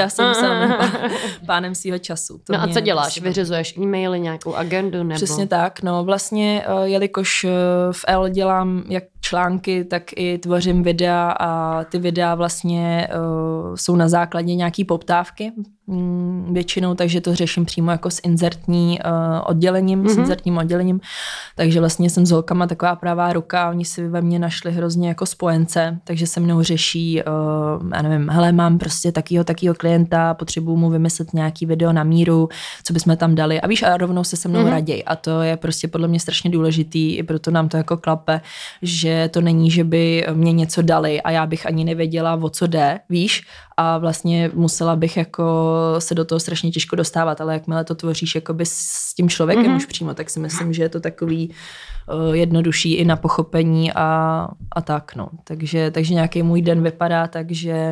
B: Pánem svýho času. To
A: no a co děláš? Vyřizuješ e-maily, nějakou agendu? Nebo?
B: Přesně tak. No vlastně, jelikož v L dělám jak články, tak i tvořím videa a ty videa vlastně jsou na základě nějaký poptávky většinou, takže to řeším přímo jako s inzertním oddělením. Takže vlastně jsem s holkama taková pravá ruka, oni si ve mně našli hrozně jako spojence, takže se mnou řeší, já nevím, hele, mám prostě takýho klienta, potřebuju mu vymyslet nějaký video na míru, co bychom tam dali a víš, a rovnou se mnou raději a to je prostě podle mě strašně důležitý, i proto nám to jako klape, že to není, že by mě něco dali a já bych ani nevěděla, o co jde, víš, a vlastně musela bych jako se do toho strašně těžko dostávat, ale jakmile to tvoříš jakoby s tím člověkem už přímo, tak si myslím, že je to takový jednodušší i na pochopení a tak, no. Takže nějaký můj den vypadá tak, že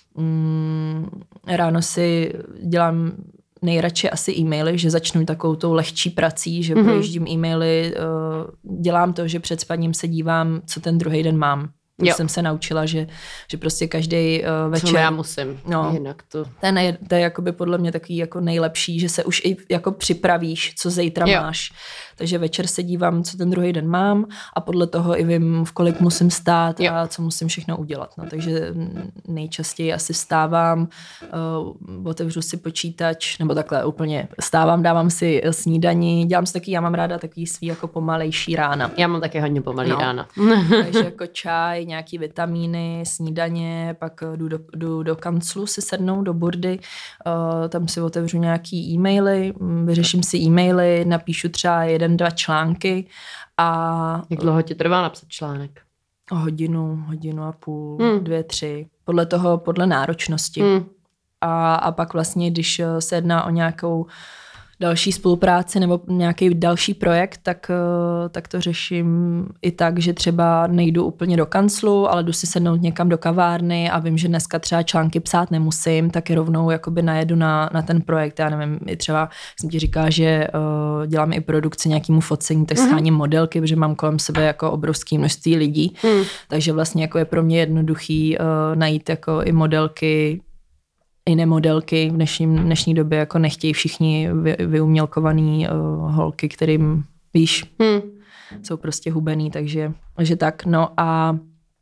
B: ráno si dělám nejradši asi e-maily, že začnu takovou tou lehčí prací, že projíždím e-maily, dělám to, že před spaním se dívám, co ten druhý den mám. Jsem se naučila, že prostě každý večer...
A: Co já musím, jinak to...
B: To je jakoby podle mě takový jako nejlepší, že se už i jako připravíš, co zítra máš. Takže večer se dívám, co ten druhý den mám a podle toho i vím, v kolik musím stát a co musím všechno udělat. No, takže nejčastěji asi vstávám, otevřu si počítač, nebo takhle úplně vstávám, dávám si snídani, dělám si taky, já mám ráda takový svý jako pomalejší rána.
A: Já mám taky hodně pomalý rána.
B: Takže jako čaj, nějaký vitamíny, snídaně, pak jdu do kanclu si sednout, do burdy, tam si otevřu nějaký e-maily, vyřeším si e-maily, napíšu třeba 1-2 články a...
A: Jak dlouho ti trvá napsat článek?
B: Hodinu a půl, 2, 3, podle náročnosti. A pak vlastně, když se jedná o nějakou další spolupráci nebo nějaký další projekt, tak to řeším i tak, že třeba nejdu úplně do kanclu, ale jdu si sednout někam do kavárny a vím, že dneska třeba články psát nemusím, tak je rovnou jakoby najedu na ten projekt. Já nevím, i třeba jsem ti říkala, že dělám i produkci nějakému focení, tak scháním modelky, protože mám kolem sebe jako obrovské množství lidí, takže vlastně jako je pro mě jednoduchý najít jako i modelky, i nemodelky v dnešní době jako nechtějí všichni vyumělkovaný holky, kterým, víš, jsou prostě hubený, takže tak, no a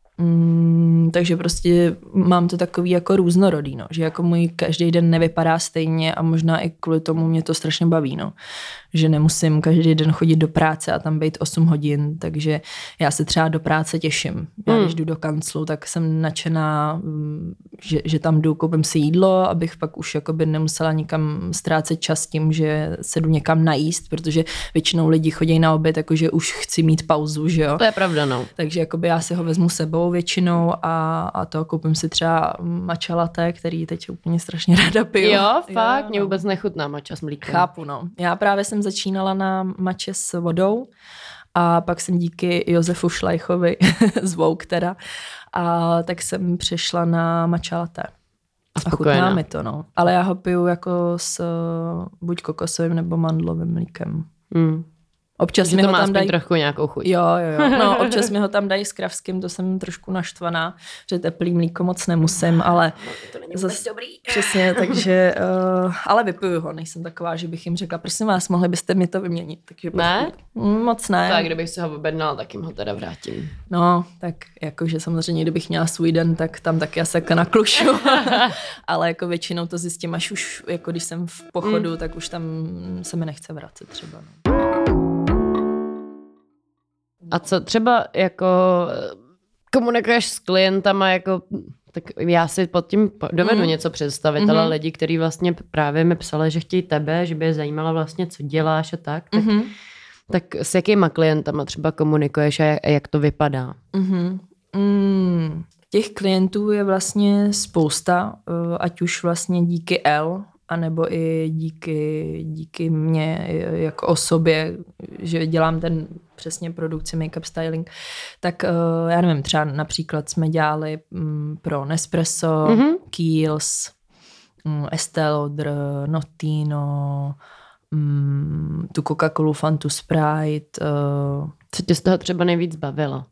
B: takže prostě mám to takový jako různorodý, no, že jako můj každý den nevypadá stejně a možná i kvůli tomu mě to strašně baví, no, že nemusím každý den chodit do práce a tam být 8 hodin, takže já se třeba do práce těším. Já když jdu do kanclu, tak jsem nadšená, že tam jdu, koupím si jídlo, abych pak už jakoby nemusela nikam ztrácet čas tím, že se jdu někam najíst, protože většinou lidi chodí na oběd, jakože už chci mít pauzu, že jo.
A: To je pravda, no.
B: Takže jakoby já si ho vezmu sebou většinou a to koupím si třeba matcha latte, který teď úplně strašně ráda piju.
A: Jo, fakt, mě vůbec nechutná matcha s mlíkem.
B: Chápu, no. Já právě jsem začínala na matche s vodou a pak jsem díky Josefu Šlajchovi z Vogue teda, a tak jsem přešla na matcha latte. A chutná mi to, no. Ale já ho piju jako s buď kokosovým nebo mandlovým mlíkem. Občas mi ho tam dají
A: trochu nějakou chuť.
B: Jo. No, občas mi ho tam dají s kravským, to jsem trošku naštvaná, že teplý mlíko moc nemusím, ale
A: to není vůbec dobrý.
B: Přesně, takže ale vypiju ho, nejsem taková, že bych jim řekla, prosím vás, mohli byste mi to vyměnit. Takže
A: ne?
B: Moc ne.
A: Tak kdybych se ho objednala, tak jim ho teda vrátím.
B: No, tak jakože samozřejmě, kdybych měla svůj den, tak tam taky asi naklušu. Ale jako většinou to zjistím, až už, jako když jsem v pochodu, tak už tam se mi nechce vracet třeba. No.
A: A co třeba jako komunikuješ s klientama, jako, tak já si pod tím dovedu něco představit, ale lidi, kteří vlastně právě mi psali, že chtějí tebe, že by je zajímalo vlastně, co děláš a tak s jakýma klientama třeba komunikuješ a jak to vypadá?
B: Těch klientů je vlastně spousta, ať už vlastně díky L, anebo i díky mně jako osobě, že dělám ten přesně produkci make-up styling, tak já nevím, třeba například jsme dělali pro Nespresso, Kiehl's, Estée Lauder, Notino, tu Coca-Colu, Fantu, Sprite.
A: Co tě z toho třeba nejvíc bavilo?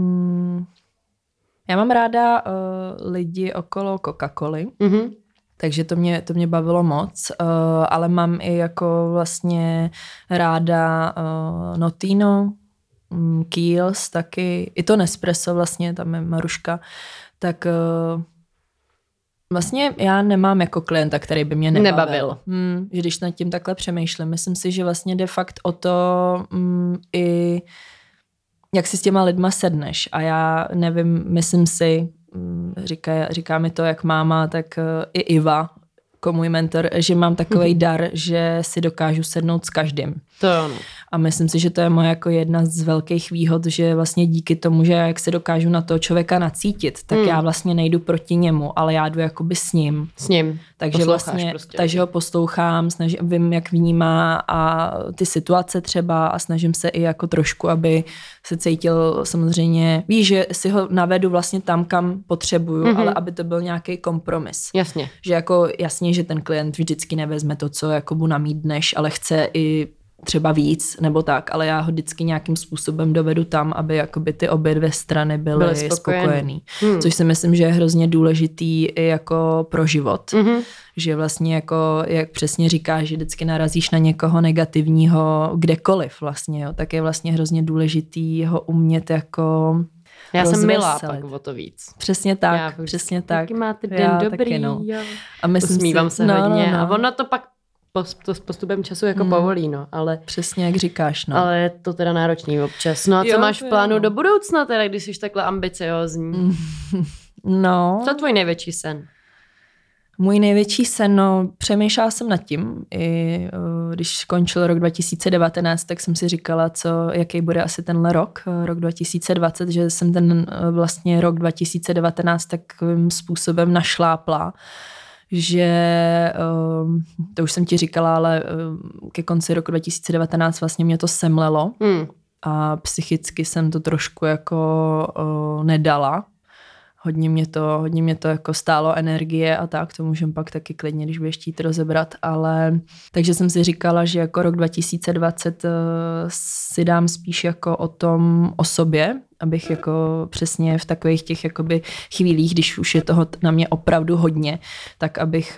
B: Já mám ráda lidi okolo Coca-Coly, takže to mě bavilo moc, ale mám i jako vlastně ráda Notino, Kiehl's taky, i to Nespresso vlastně, tam je Maruška, tak vlastně já nemám jako klienta, který by mě nebavil. Že když nad tím takhle přemýšlím, myslím si, že vlastně de facto o to i jak si s těma lidma sedneš a já nevím, myslím si, říká mi to jak máma, tak i Iva, jako můj mentor, že mám takovej dar, že si dokážu sednout s každým.
A: To je ono.
B: A myslím si, že to je moje jako jedna z velkých výhod, že vlastně díky tomu, že jak se dokážu na toho člověka nacítit, tak já vlastně nejdu proti němu, ale já jdu jakoby s ním.
A: S ním.
B: Takže vlastně, prostě. Takže ho poslouchám, vím, jak vnímá a ty situace třeba a snažím se i jako trošku, aby se cítil samozřejmě, víš, že si ho navedu vlastně tam, kam potřebuju, ale aby to byl nějaký kompromis.
A: Jasně.
B: Že jako jasně, že ten klient vždycky nevezme to, co jako mu namítneš, ale chce i třeba víc nebo tak, ale já ho vždycky nějakým způsobem dovedu tam, aby jakoby ty obě dvě strany byly spokojený. Což si myslím, že je hrozně důležitý i jako pro život. Že vlastně jako, jak přesně říkáš, že vždycky narazíš na někoho negativního kdekoliv vlastně, jo, tak je vlastně hrozně důležitý ho umět jako
A: já jsem milá pak o to víc.
B: Přesně tak, přesně tak.
A: Taky máte den dobrý,
B: taky, no.
A: jo.
B: A
A: usmívám se hodně a ono to pak s postupem času jako povolí, no, ale...
B: Přesně jak říkáš, no.
A: Ale je to teda náročný občas. No a co máš v plánu do budoucna teda, když jsi takhle ambiciózní?
B: No.
A: Co je tvůj největší sen?
B: Můj největší sen, no, přemýšlela jsem nad tím. I když končil rok 2019, tak jsem si říkala, jaký bude asi tenhle rok 2020, že jsem ten vlastně rok 2019 takovým způsobem našlápla, že to už jsem ti říkala, ale ke konci roku 2019 vlastně mě to semlelo a psychicky jsem to trošku jako nedala. Hodně mě to jako stálo energie a tak, to můžeme pak taky klidně, když budeš chtít rozebrat, ale takže jsem si říkala, že jako rok 2020 si dám spíš jako o sobě, abych jako přesně v takových těch jakoby chvílích, když už je toho na mě opravdu hodně, tak abych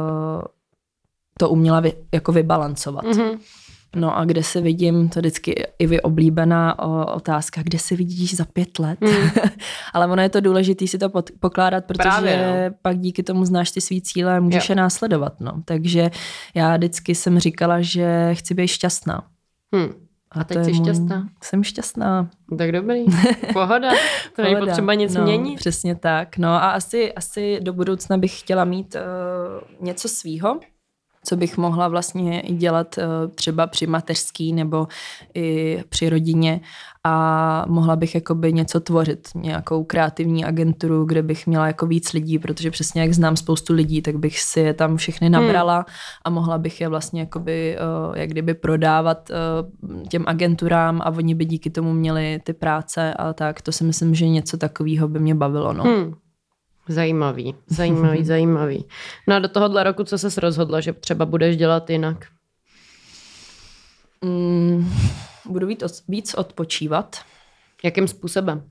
B: to uměla jako vybalancovat. Mm-hmm. No a kde se vidím, to vždycky i vyoblíbená otázka, kde se vidíš za 5 let? Ale ono je to důležité si to pokládat, protože právě, pak díky tomu znáš ty svý cíle a můžeš je následovat. No. Takže já vždycky jsem říkala, že chci být šťastná.
A: A teď jsi šťastná?
B: Jsem šťastná.
A: Tak dobrý. Pohoda. To není potřeba nic měnit.
B: Přesně tak. No a asi do budoucna bych chtěla mít něco svýho, co bych mohla vlastně dělat třeba při mateřský nebo i při rodině a mohla bych jakoby něco tvořit, nějakou kreativní agenturu, kde bych měla jako víc lidí, protože přesně jak znám spoustu lidí, tak bych si je tam všechny nabrala a mohla bych je vlastně jakoby, jak kdyby prodávat těm agenturám a oni by díky tomu měli ty práce a tak. To si myslím, že něco takového by mě bavilo, no.
A: Zajímavý. No a do tohohle roku, co ses rozhodla, že třeba budeš dělat jinak?
B: Budu víc odpočívat.
A: Jakým způsobem?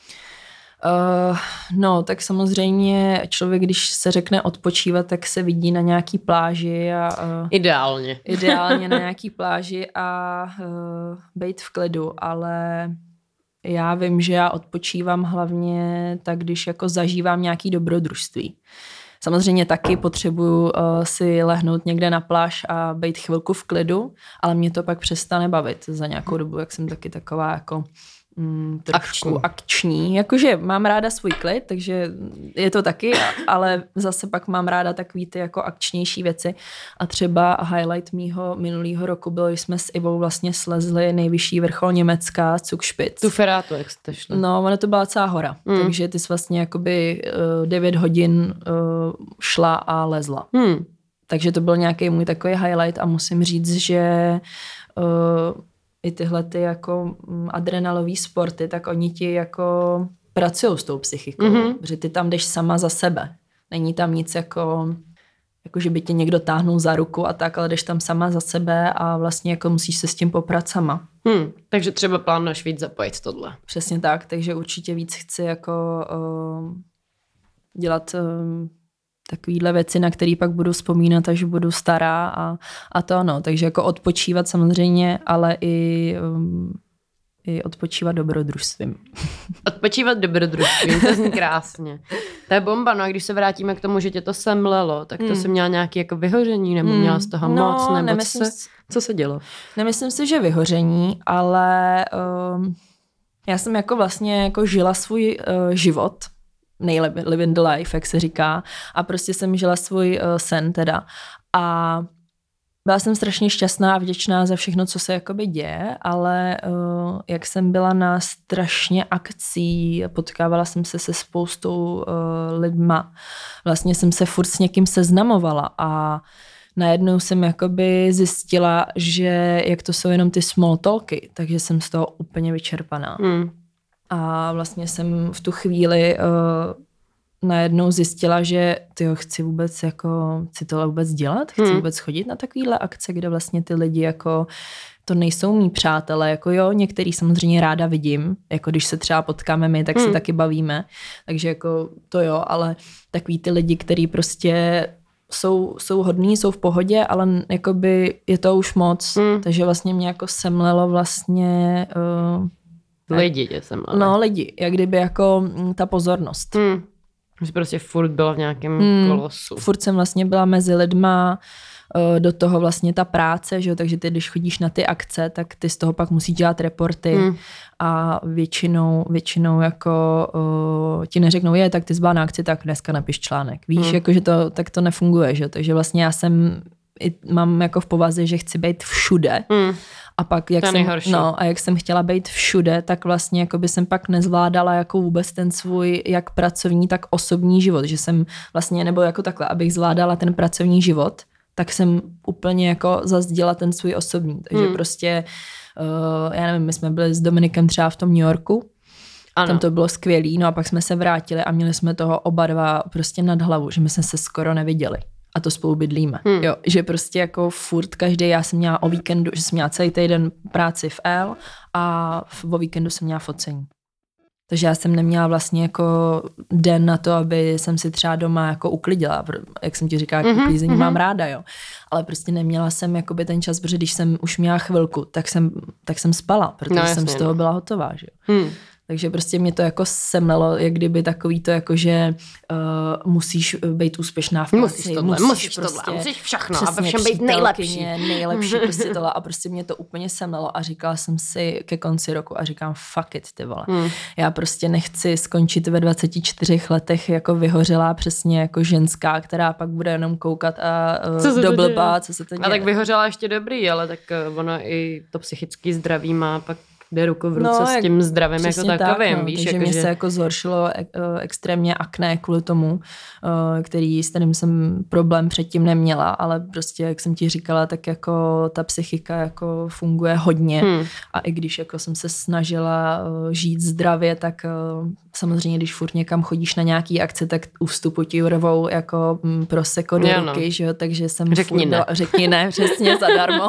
B: No, tak samozřejmě člověk, když se řekne odpočívat, tak se vidí na nějaký pláži.
A: Ideálně
B: na nějaký pláži a bejt v klidu, ale já vím, že já odpočívám hlavně tak, když jako zažívám nějaký dobrodružství. Samozřejmě taky potřebuju si lehnout někde na pláž a být chvilku v klidu, ale mě to pak přestane bavit za nějakou dobu, jak jsem taky taková jako trošku akční. Jakože mám ráda svůj klid, takže je to taky, ale zase pak mám ráda takový ty jako akčnější věci. A třeba highlight mýho minulýho roku bylo, že jsme s Ivou vlastně slezli nejvyšší vrchol Německa, Zugspitz.
A: Tu Ferátu, jak jste šli.
B: No, ono to byla celá hora, takže ty jsi vlastně jakoby 9 hodin šla a lezla. Takže to byl nějaký můj takový highlight a musím říct, že i tyhle ty jako adrenalový sporty, tak oni ti jako pracují s tou psychikou, protože ty tam jdeš sama za sebe. Není tam nic jako že by tě někdo táhnul za ruku a tak, ale jdeš tam sama za sebe a vlastně jako musíš se s tím poprat sama.
A: Takže třeba plánuješ víc zapojit tohle.
B: Přesně tak, takže určitě víc chci jako dělat takovýhle věci, na který pak budu vzpomínat, až budu stará a to ano. Takže jako odpočívat samozřejmě, ale i odpočívat dobrodružstvím.
A: Odpočívat dobrodružstvím, to zní krásně. To je bomba, no a když se vrátíme k tomu, že tě to semlelo, tak to jsi měla nějaké jako vyhoření, nebo měla z toho moc, nebo co se dělo? Nemyslím
B: si, že vyhoření, ale já jsem jako vlastně jako žila svůj život, living the life, jak se říká. A prostě jsem žila svůj sen teda. A byla jsem strašně šťastná a vděčná za všechno, co se jakoby děje, ale jak jsem byla na strašně akcí, potkávala jsem se se spoustou lidma. Vlastně jsem se furt s někým seznamovala a najednou jsem jakoby zjistila, že jak to jsou jenom ty small talky, takže jsem z toho úplně vyčerpaná. A vlastně jsem v tu chvíli najednou zjistila, že chci tohle vůbec dělat, chci vůbec chodit na takovýhle akce, kde vlastně ty lidi jako to nejsou mý přátelé, jako jo, některý samozřejmě ráda vidím, jako když se třeba potkáme my, tak se taky bavíme, takže jako to jo, ale takový ty lidi, který prostě jsou hodný, jsou v pohodě, ale jakoby je to už moc, takže vlastně mě jako semlelo vlastně
A: lidi tě semleli.
B: No lidi, jak kdyby jako ta pozornost.
A: Jsi prostě furt byla v nějakém kolosu.
B: Furt jsem vlastně byla mezi lidma, do toho vlastně ta práce, že jo? Takže ty, když chodíš na ty akce, tak ty z toho pak musí dělat reporty a většinou jako ti neřeknou, tak ty jsi byla na akci, tak dneska napiš článek. Víš, jako, že to, tak to nefunguje, že jo? Takže vlastně já mám jako v povaze, že chci být všude. A pak, jak jsem chtěla být všude, tak vlastně jako by jsem pak nezvládala jako vůbec ten svůj jak pracovní, tak osobní život. Že jsem vlastně, nebo jako takhle, abych zvládala ten pracovní život, tak jsem úplně jako zazděla ten svůj osobní. Takže prostě, já nevím, my jsme byli s Dominikem třeba v tom New Yorku, ano. Tam to bylo skvělý, no a pak jsme se vrátili a měli jsme toho oba dva prostě nad hlavu, že my jsme se skoro neviděli. A to spolu bydlíme. Jo, že prostě jako furt každý, já jsem měla o víkendu, že jsem měla celý týden práci v L a o víkendu jsem měla focení. Takže já jsem neměla vlastně jako den na to, aby jsem si třeba doma jako uklidila. Jak jsem ti říkala, jako uklízení mám ráda, jo. Ale prostě neměla jsem jakoby ten čas, protože když jsem už měla chvilku, tak jsem spala, protože jsem z toho byla hotová, že jo. Takže prostě mě to jako semlelo, jak kdyby takový to jako, že musíš být úspěšná v práci.
A: Musíš všechno a ve všem být nejlepší.
B: Nejlepší prostě tohle a prostě mě to úplně semlelo a říkala jsem si ke konci roku a říkám fuck it, ty vole. Já prostě nechci skončit ve 24 letech jako vyhořelá přesně jako ženská, která pak bude jenom koukat a do blba, co se to děje.
A: A tak vyhořela ještě dobrý, ale tak ono i to psychické zdraví má pak jde ruku v ruce s tím zdravím jako takovým.
B: Tak,
A: víš,
B: takže
A: jako,
B: mě
A: že
B: se jako zhoršilo extrémně akné kvůli tomu, s kterým jsem problém předtím neměla, ale prostě, jak jsem ti říkala, tak jako ta psychika jako funguje hodně a i když jako jsem se snažila žít zdravě, tak samozřejmě, když furt někam chodíš na nějaký akce, tak u vstupu ti urvou jako prosecco do ruky, že jo, takže jsem řekni ne, přesně zadarmo,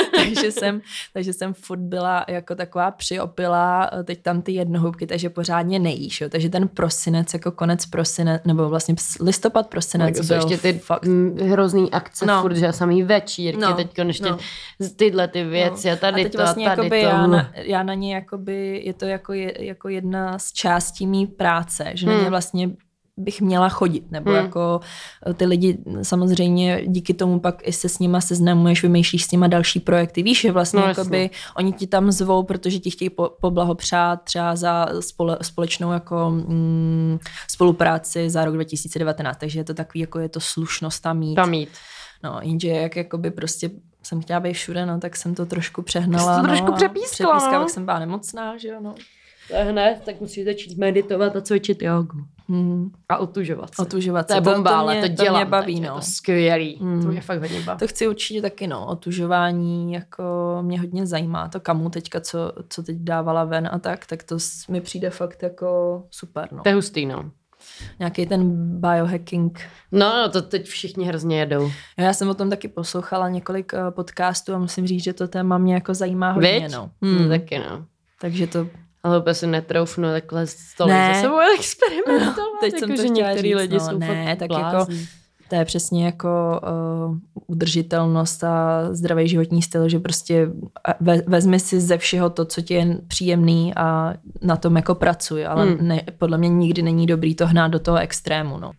B: takže jsem furt byla jako taková přiopila, teď tam ty jednohubky, takže pořádně nejíš, jo, takže ten prosinec, jako konec prosinec, nebo vlastně listopad, prosinec
A: tak
B: byl
A: ještě ty fakt hrozný akce, furt, že samý večírky, teď konečně tyhle ty věci a tady
B: a teď
A: to
B: vlastně
A: a tady
B: jakoby
A: to.
B: Já na ně jakoby, je to jako jedna z částí mý práce, že na ně vlastně bych měla chodit, nebo jako ty lidi samozřejmě díky tomu pak i se s nima seznamuješ, vymýšlíš s nima další projekty. Víš, že vlastně jakoby oni ti tam zvou, protože ti chtějí poblahopřát třeba za společnou jako spolupráci za rok 2019, takže je to takový, jako je to slušnost tam mít. No, jenže jak jakoby prostě jsem chtěla být všude, no, tak jsem to trošku přehnala.
A: Jsi to trošku přepískala,
B: pak jsem byla nemocná, že jo, no.
A: Hned, tak musíš začít meditovat a cvičit jogu. A otužovat se.
B: Otužovat se.
A: To je bomba, ale to dělám.
B: To mě baví, no.
A: Je to skvělý. To mě fakt hodně baví.
B: To chci určitě taky, no. Otužování jako mě hodně zajímá. To Kamu teďka, co teď dávala ven a tak to mi přijde fakt jako super, no.
A: To je hustý, no.
B: Nějaký ten biohacking.
A: No, to teď všichni hrozně jedou.
B: Já jsem o tom taky poslouchala několik podcastů a musím říct, že to téma mě jako zajímá hodně, no.
A: Taky, no.
B: Takže to...
A: Ale úplně si netroufnu takhle stolik za sebou experimentovat.
B: Teď
A: jako,
B: jsem to
A: že některý lidi
B: no,
A: jsou fakt
B: tak
A: blázni.
B: jako to je přesně jako udržitelnost a zdravý životní styl, že prostě vezmi si ze všeho to, co ti je příjemný a na tom jako pracuj, ale podle mě nikdy není dobrý to hnát do toho extrému, no.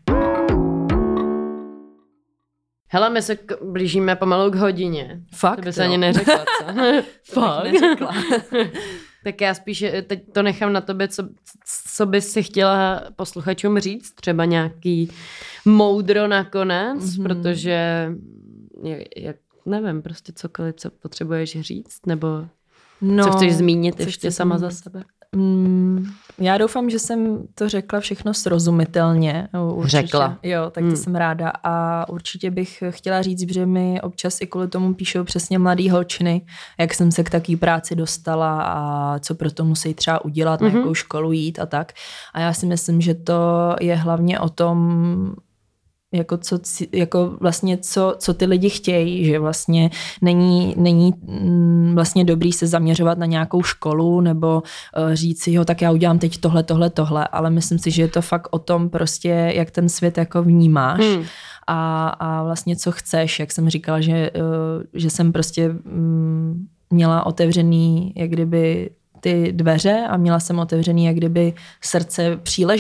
A: Hele, my se blížíme pomalu k hodině.
B: Fakt,
A: to by se ani neřekla, co?
B: Fakt, neřekla.
A: Tak já spíš teď to nechám na tobě, co bys si chtěla posluchačům říct, třeba nějaký moudro nakonec, protože nevím, prostě cokoliv, co potřebuješ říct, nebo co chceš zmínit ještě sama za sebe.
B: Já doufám, že jsem to řekla všechno srozumitelně. Určitě.
A: Řekla.
B: Jo, tak to jsem ráda a určitě bych chtěla říct, že mi občas i kvůli tomu píšou přesně mladý holčiny, jak jsem se k takové práci dostala a co pro to musí třeba udělat, na jakou školu jít a tak. A já si myslím, že to je hlavně o tom, co ty lidi chtějí, že vlastně není vlastně dobrý se zaměřovat na nějakou školu nebo říct si, tak já udělám teď tohle, ale myslím si, že je to fakt o tom prostě, jak ten svět jako vnímáš a vlastně co chceš, jak jsem říkala, že jsem prostě měla otevřený jak kdyby ty dveře a měla jsem otevřený jak kdyby srdce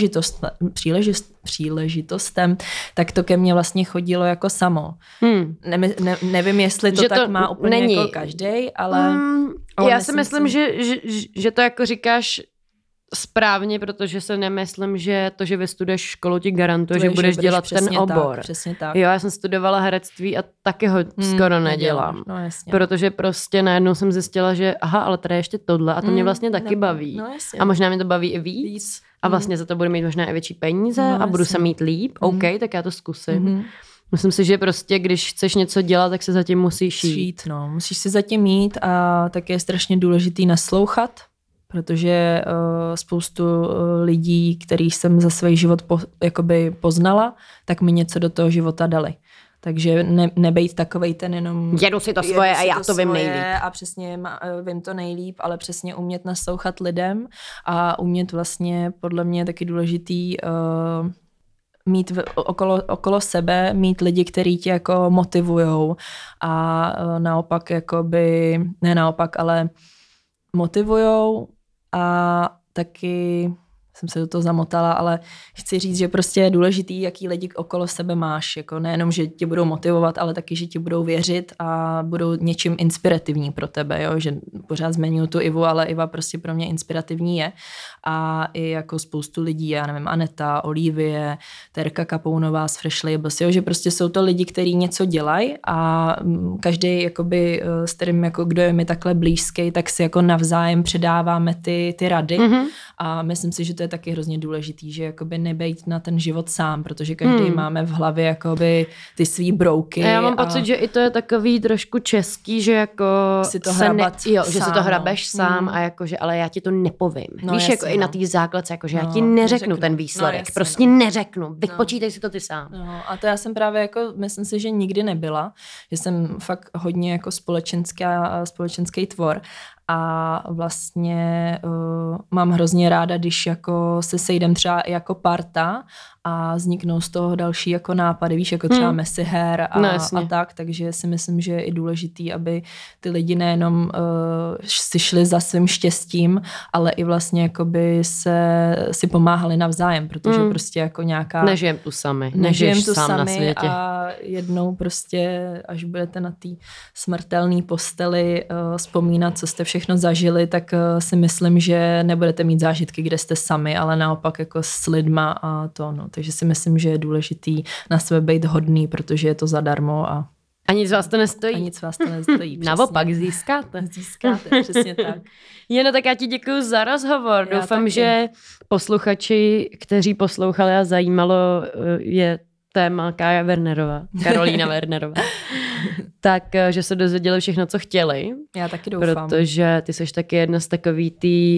B: příležitostem, tak to ke mně vlastně chodilo jako samo. Nevím, jestli to tak má úplně není. Jako každej, ale...
A: Já si myslím, že to jako říkáš správně, protože se nemyslím, že to, že vystuduješ školu, ti garantuje, že budeš dělat ten obor.
B: Tak, přesně tak.
A: Jo, já jsem studovala herectví a taky ho skoro nedělám.
B: No, jasně.
A: Protože prostě najednou jsem zjistila, že ale tady je ještě tohle a to mě vlastně taky baví.
B: No,
A: a možná mě to baví i víc. A vlastně za to budu mít možná i větší peníze a budu se mít líp. OK, tak já to zkusím. Myslím si, že prostě, když chceš něco dělat, tak se zatím musíš jít.
B: No, musíš se zatím jít a tak je strašně důležitý naslouchat, protože spoustu lidí, kterých jsem za svůj život jakoby poznala, tak mi něco do toho života dali. Takže nebejt takovej ten jenom...
A: Jedu si to svoje a já to vím nejlíp.
B: A přesně vím to nejlíp, ale přesně umět naslouchat lidem a umět vlastně, podle mě je taky důležitý mít okolo sebe, mít lidi, kteří tě jako motivujou a naopak jakoby, ne naopak, ale motivujou a taky jsem se do toho zamotala, ale chci říct, že prostě je důležitý, jaký lidi okolo sebe máš. Jako nejenom, že tě budou motivovat, ale taky, že ti budou věřit a budou něčím inspirativní pro tebe. Jo? Že pořád zmiňuji tu Ivu, ale Iva prostě pro mě inspirativní je. A i jako spoustu lidí, já nevím, Aneta, Olivie, Terka Kapounová z Fresh Labels, jo? Že prostě jsou to lidi, kteří něco dělají a každý, jakoby, s kterým, jako, kdo je mi takhle blízký, tak si jako navzájem předáváme ty rady. A myslím si, že to je taky hrozně důležitý, že jakoby nebejt na ten život sám, protože každý máme v hlavě jakoby ty svý brouky.
A: A já mám pocit, že i to je takový trošku český, že jako
B: si to hrabat sám,
A: že si to hrabeš sám a jakože, ale já ti to nepovím.
B: No,
A: víš,
B: jasně,
A: jako i na té základce, jakože já ti neřeknu ten výsledek.
B: Jasně,
A: prostě neřeknu. Vypočítej si to ty sám.
B: No, a to já jsem právě jako, myslím si, že nikdy nebyla, že jsem fakt hodně jako společenský tvor. A vlastně mám hrozně ráda, když jako se sejdem třeba jako parta a vzniknou z toho další jako nápady, víš, jako třeba messy her a tak, takže si myslím, že je i důležitý, aby ty lidi nejenom si šli za svým štěstím, ale i vlastně jakoby si pomáhali navzájem, protože prostě jako nějaká...
A: Nežijem tu sami, na světě.
B: A jednou prostě, až budete na té smrtelné posteli vzpomínat, co jste všechno zažili, tak si myslím, že nebudete mít zážitky, kde jste sami, ale naopak jako s lidma a to, no. Takže si myslím, že je důležitý na sebe být hodný, protože je to zadarmo a
A: nic vás to nestojí.
B: A nic vás to nestojí.
A: Naopak získáte.
B: Získáte, přesně tak.
A: Jeno, tak já ti děkuju za rozhovor. Já doufám, taky. Že posluchači, kteří poslouchali a zajímalo je téma Karolína Wernerová, tak, že se dozvěděli všechno, co chtěli.
B: Já taky doufám.
A: Protože ty jsi taky jedna z takový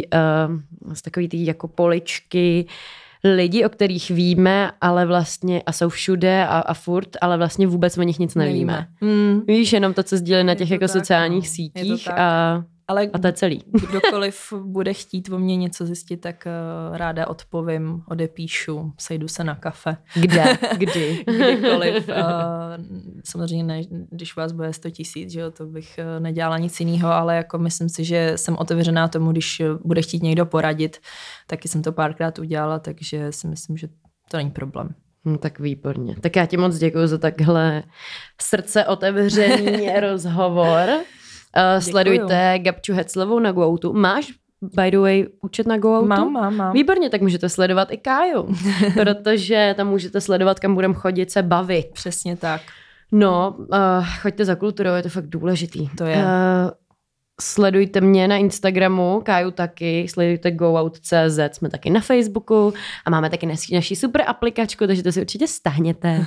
A: tý jako poličky lidi, o kterých víme, ale vlastně a jsou všude a furt, ale vlastně vůbec o nich nic nevíme. Víš, jenom to, co sdílí na těch jako tak, sociálních sítích
B: ale
A: a to je celý.
B: Kdokoliv bude chtít o mně něco zjistit, tak ráda odpovím, odepíšu, sejdu se na kafe.
A: Kde? Kdy?
B: Kdykoliv. Samozřejmě ne, když vás bude 100 000, že jo, to bych nedělala nic jiného, ale jako myslím si, že jsem otevřená tomu, když bude chtít někdo poradit, taky jsem to párkrát udělala, takže si myslím, že to není problém.
A: Tak výborně. Tak já ti moc děkuju za takhle srdce otevřený rozhovor. Sledujte Gabču Heclovou na GoOutu. Máš, by the way, účet na GoOutu?
B: Mám.
A: Výborně, tak můžete sledovat i Káju, protože tam můžete sledovat, kam budeme chodit se bavit.
B: Přesně tak.
A: No, choďte za kulturou, je to fakt důležitý.
B: To je.
A: Sledujte mě na Instagramu, Káju taky, sledujte GoOut.cz, jsme taky na Facebooku a máme taky naší super aplikačku, takže to si určitě stáhněte.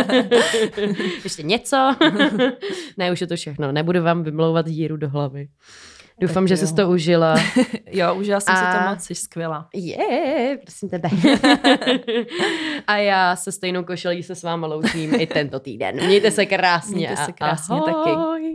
A: Ještě něco? Ne, už je to všechno, nebudu vám vymlouvat díru do hlavy. Doufám, že jsi to užila.
B: Jo, užila jsem si to moc, jsi skvělá.
A: Prosím tebe. A já se stejnou košelí se s váma loučím i tento týden. Mějte se krásně.
B: Mějte se krásně taky.